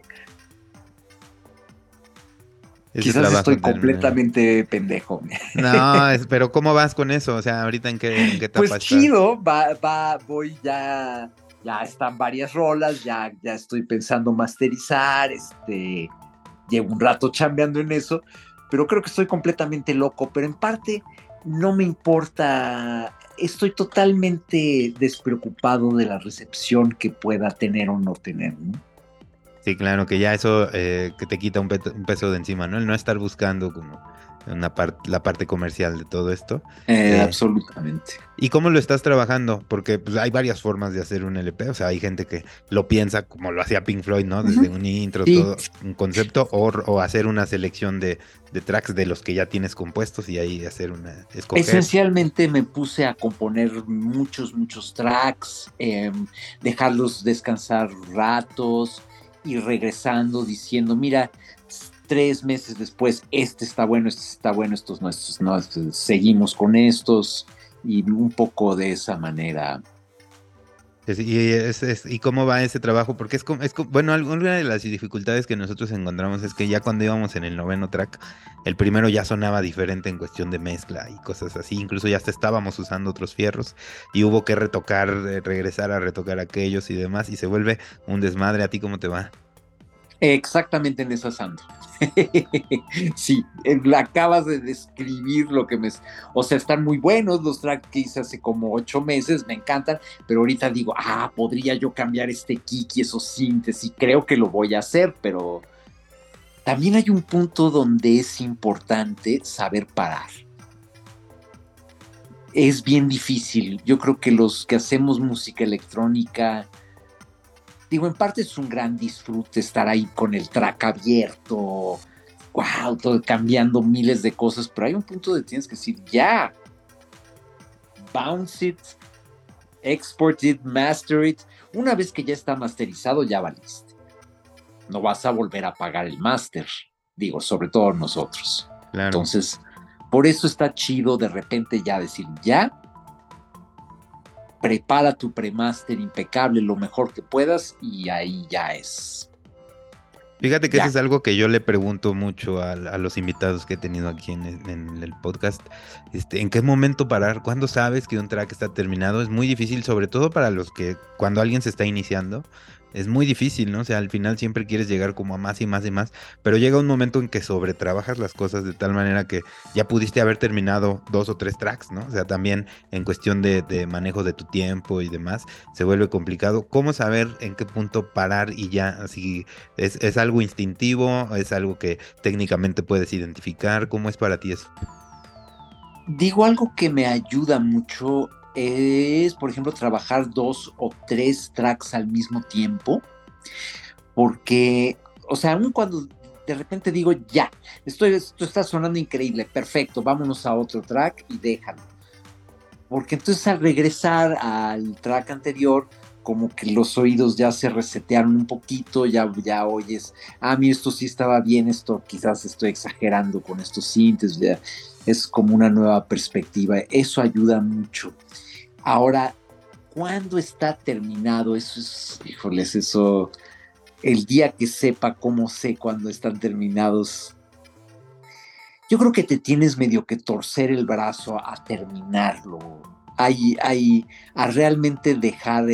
Ese Quizás trabajo estoy terminado. completamente pendejo. No, pero ¿cómo vas con eso? O sea, ahorita en qué etapa Pues estás? chido, voy ya están varias rolas, ya estoy pensando masterizar, llevo un rato chambeando en eso, pero creo que estoy completamente loco, pero en parte no me importa, estoy totalmente despreocupado de la recepción que pueda tener o no tener, ¿no? Sí, claro, que ya eso que te quita un peso de encima, ¿no? El no estar buscando como la parte comercial de todo esto. Eh, Absolutamente. ¿Y cómo lo estás trabajando? Porque pues, hay varias formas de hacer un LP, o sea, hay gente que lo piensa como lo hacía Pink Floyd, ¿no? Desde Ujú. un intro, Sí, todo, un concepto, o hacer una selección de tracks de los que ya tienes compuestos y ahí escoger. esencialmente me puse a componer muchos tracks, dejarlos descansar ratos y regresando diciendo, mira, 3 meses después, este está bueno, estos no, seguimos con estos y un poco de esa manera. ¿Y cómo va ese trabajo? Porque bueno, alguna de las dificultades que nosotros encontramos es que ya cuando íbamos en el noveno track, el primero ya sonaba diferente en cuestión de mezcla y cosas así. Incluso ya hasta estábamos usando otros fierros y hubo que retocar, regresar a retocar aquellos y demás, y se vuelve un desmadre. ¿A ti cómo te va? Exactamente en esas ando. Sí, acabas de describir lo que me... O sea, están muy buenos los tracks que hice hace como 8 meses, me encantan, pero ahorita digo, podría yo cambiar este kick y esos sintes y creo que lo voy a hacer, pero también hay un punto donde es importante saber parar. Es bien difícil. Yo creo que los que hacemos música electrónica, digo, en parte es un gran disfrute estar ahí con el track abierto, wow, todo cambiando miles de cosas, pero hay un punto de tienes que decir, ya, bounce it, export it, master it. Una vez que ya está masterizado, ya valiste. No vas a volver a pagar el master, digo, sobre todo nosotros. Claro. Entonces, por eso está chido de repente ya decir, ya, prepara tu premaster impecable lo mejor que puedas y ahí ya es. Fíjate que eso Ya. es algo que yo le pregunto mucho a los invitados que he tenido aquí en el podcast. ¿En qué momento parar? ¿Cuándo sabes que un track está terminado? Es muy difícil, sobre todo para los que cuando alguien se está iniciando, es muy difícil, ¿no? O sea, al final siempre quieres llegar como a más y más y más, pero llega un momento en que sobretrabajas las cosas de tal manera que ya pudiste haber terminado 2 o 3 tracks, ¿no? O sea, también en cuestión de manejo de tu tiempo y demás, se vuelve complicado. ¿Cómo saber en qué punto parar y ya así? ¿Es algo instintivo? ¿Es algo que técnicamente puedes identificar? ¿Cómo es para ti eso? Digo, algo que me ayuda mucho es, por ejemplo, trabajar 2 o 3 tracks al mismo tiempo, porque, o sea, aun cuando de repente digo, ya, esto está sonando increíble, perfecto, vámonos a otro track y déjalo. porque entonces al regresar al track anterior, como que los oídos ya se resetearon un poquito, ya oyes, mira, esto sí estaba bien, esto quizás estoy exagerando con estos sintes, ya es como una nueva perspectiva, eso ayuda mucho. Ahora, ¿cuándo está terminado? Eso es, híjoles, eso, el día que sepa cómo sé cuándo están terminados, yo creo que te tienes medio que torcer el brazo a terminarlo, a realmente dejar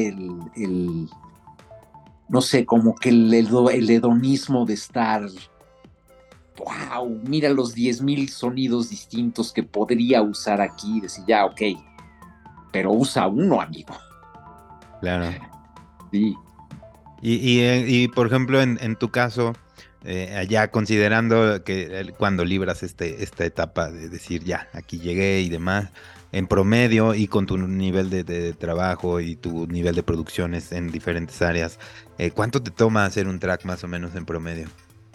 no sé, como que el hedonismo de estar, wow, mira los 10,000 sonidos distintos que podría usar aquí, y decir, ya, ok, pero usa uno, amigo. Claro. Sí. Y por ejemplo, en tu caso, ya considerando que cuando libras esta etapa de decir, ya, aquí llegué y demás, en promedio y con tu nivel de trabajo y tu nivel de producciones en diferentes áreas, ¿cuánto te toma hacer un track más o menos en promedio?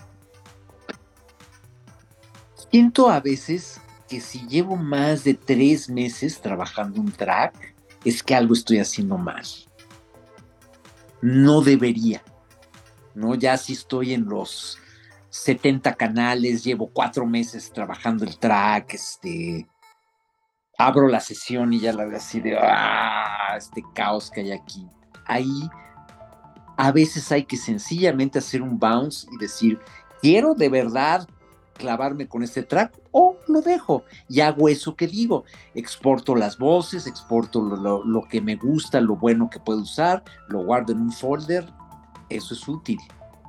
Siento a veces que si llevo más de 3 meses trabajando un track, es que algo estoy haciendo mal. No debería, ¿no? Ya si estoy en los 70 canales, llevo 4 meses trabajando el track, abro la sesión y ya la veo así de, este caos que hay aquí. Ahí a veces hay que sencillamente hacer un bounce y decir, quiero de verdad clavarme con este track o lo dejo y hago eso que digo, exporto las voces, exporto lo que me gusta, lo bueno que puedo usar, lo guardo en un folder, eso es útil,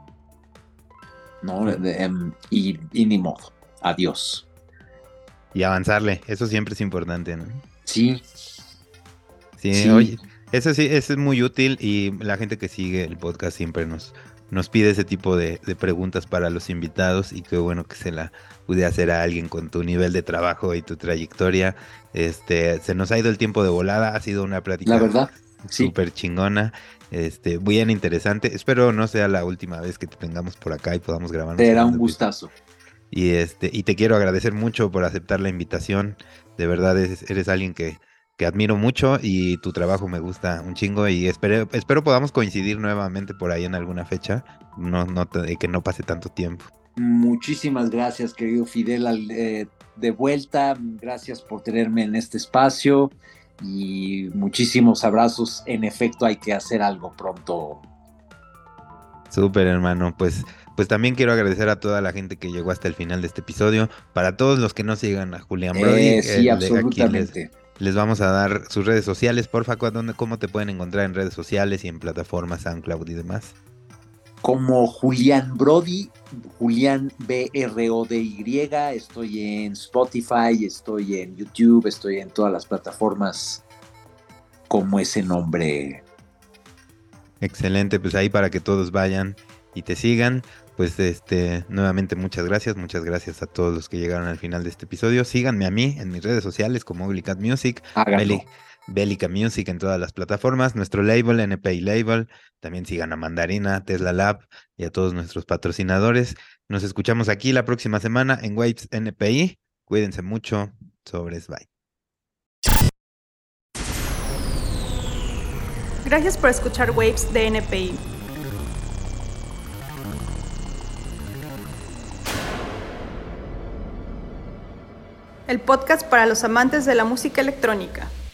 ¿no? Y ni modo, adiós. Y avanzarle, eso siempre es importante, ¿no? Sí, Sí, sí, oye, eso es muy útil y la gente que sigue el podcast siempre nos pide ese tipo de preguntas para los invitados y qué bueno que se la pude hacer a alguien con tu nivel de trabajo y tu trayectoria. Se nos ha ido el tiempo de volada, ha sido una la plática verdad, sí, súper chingona, bien interesante. Espero no sea la última vez que te tengamos por acá y podamos grabar un será un segundo episodio. gustazo. Y te quiero agradecer mucho por aceptar la invitación. De verdad eres alguien que admiro mucho y tu trabajo me gusta un chingo y espero podamos coincidir nuevamente por ahí en alguna fecha, que no pase tanto tiempo. Muchísimas gracias, querido Fidel, de vuelta. Gracias por tenerme en este espacio y muchísimos abrazos. En efecto, hay que hacer algo pronto. Súper, hermano. Pues también quiero agradecer a toda la gente que llegó hasta el final de este episodio. Para todos los que no sigan a Julián Brody, Sí, aquí les, absolutamente. les vamos a dar sus redes sociales. Porfa, ¿cómo te pueden encontrar en redes sociales y en plataformas SoundCloud y demás? Como Julián Brody, Julián Brody, estoy en Spotify, estoy en YouTube, estoy en todas las plataformas como ese nombre. Excelente, pues ahí para que todos vayan y te sigan. Pues nuevamente muchas gracias a todos los que llegaron al final de este episodio. Síganme a mí en mis redes sociales como Uglicat Music, Háganlo. Bélica Music en todas las plataformas, nuestro label, NPI Label. También sigan a Mandarina, Tesla Lab y a todos nuestros patrocinadores. Nos escuchamos aquí la próxima semana en Waves NPI. Cuídense mucho. Sobres, bye. Gracias por escuchar Waves de NPI. El podcast para los amantes de la música electrónica.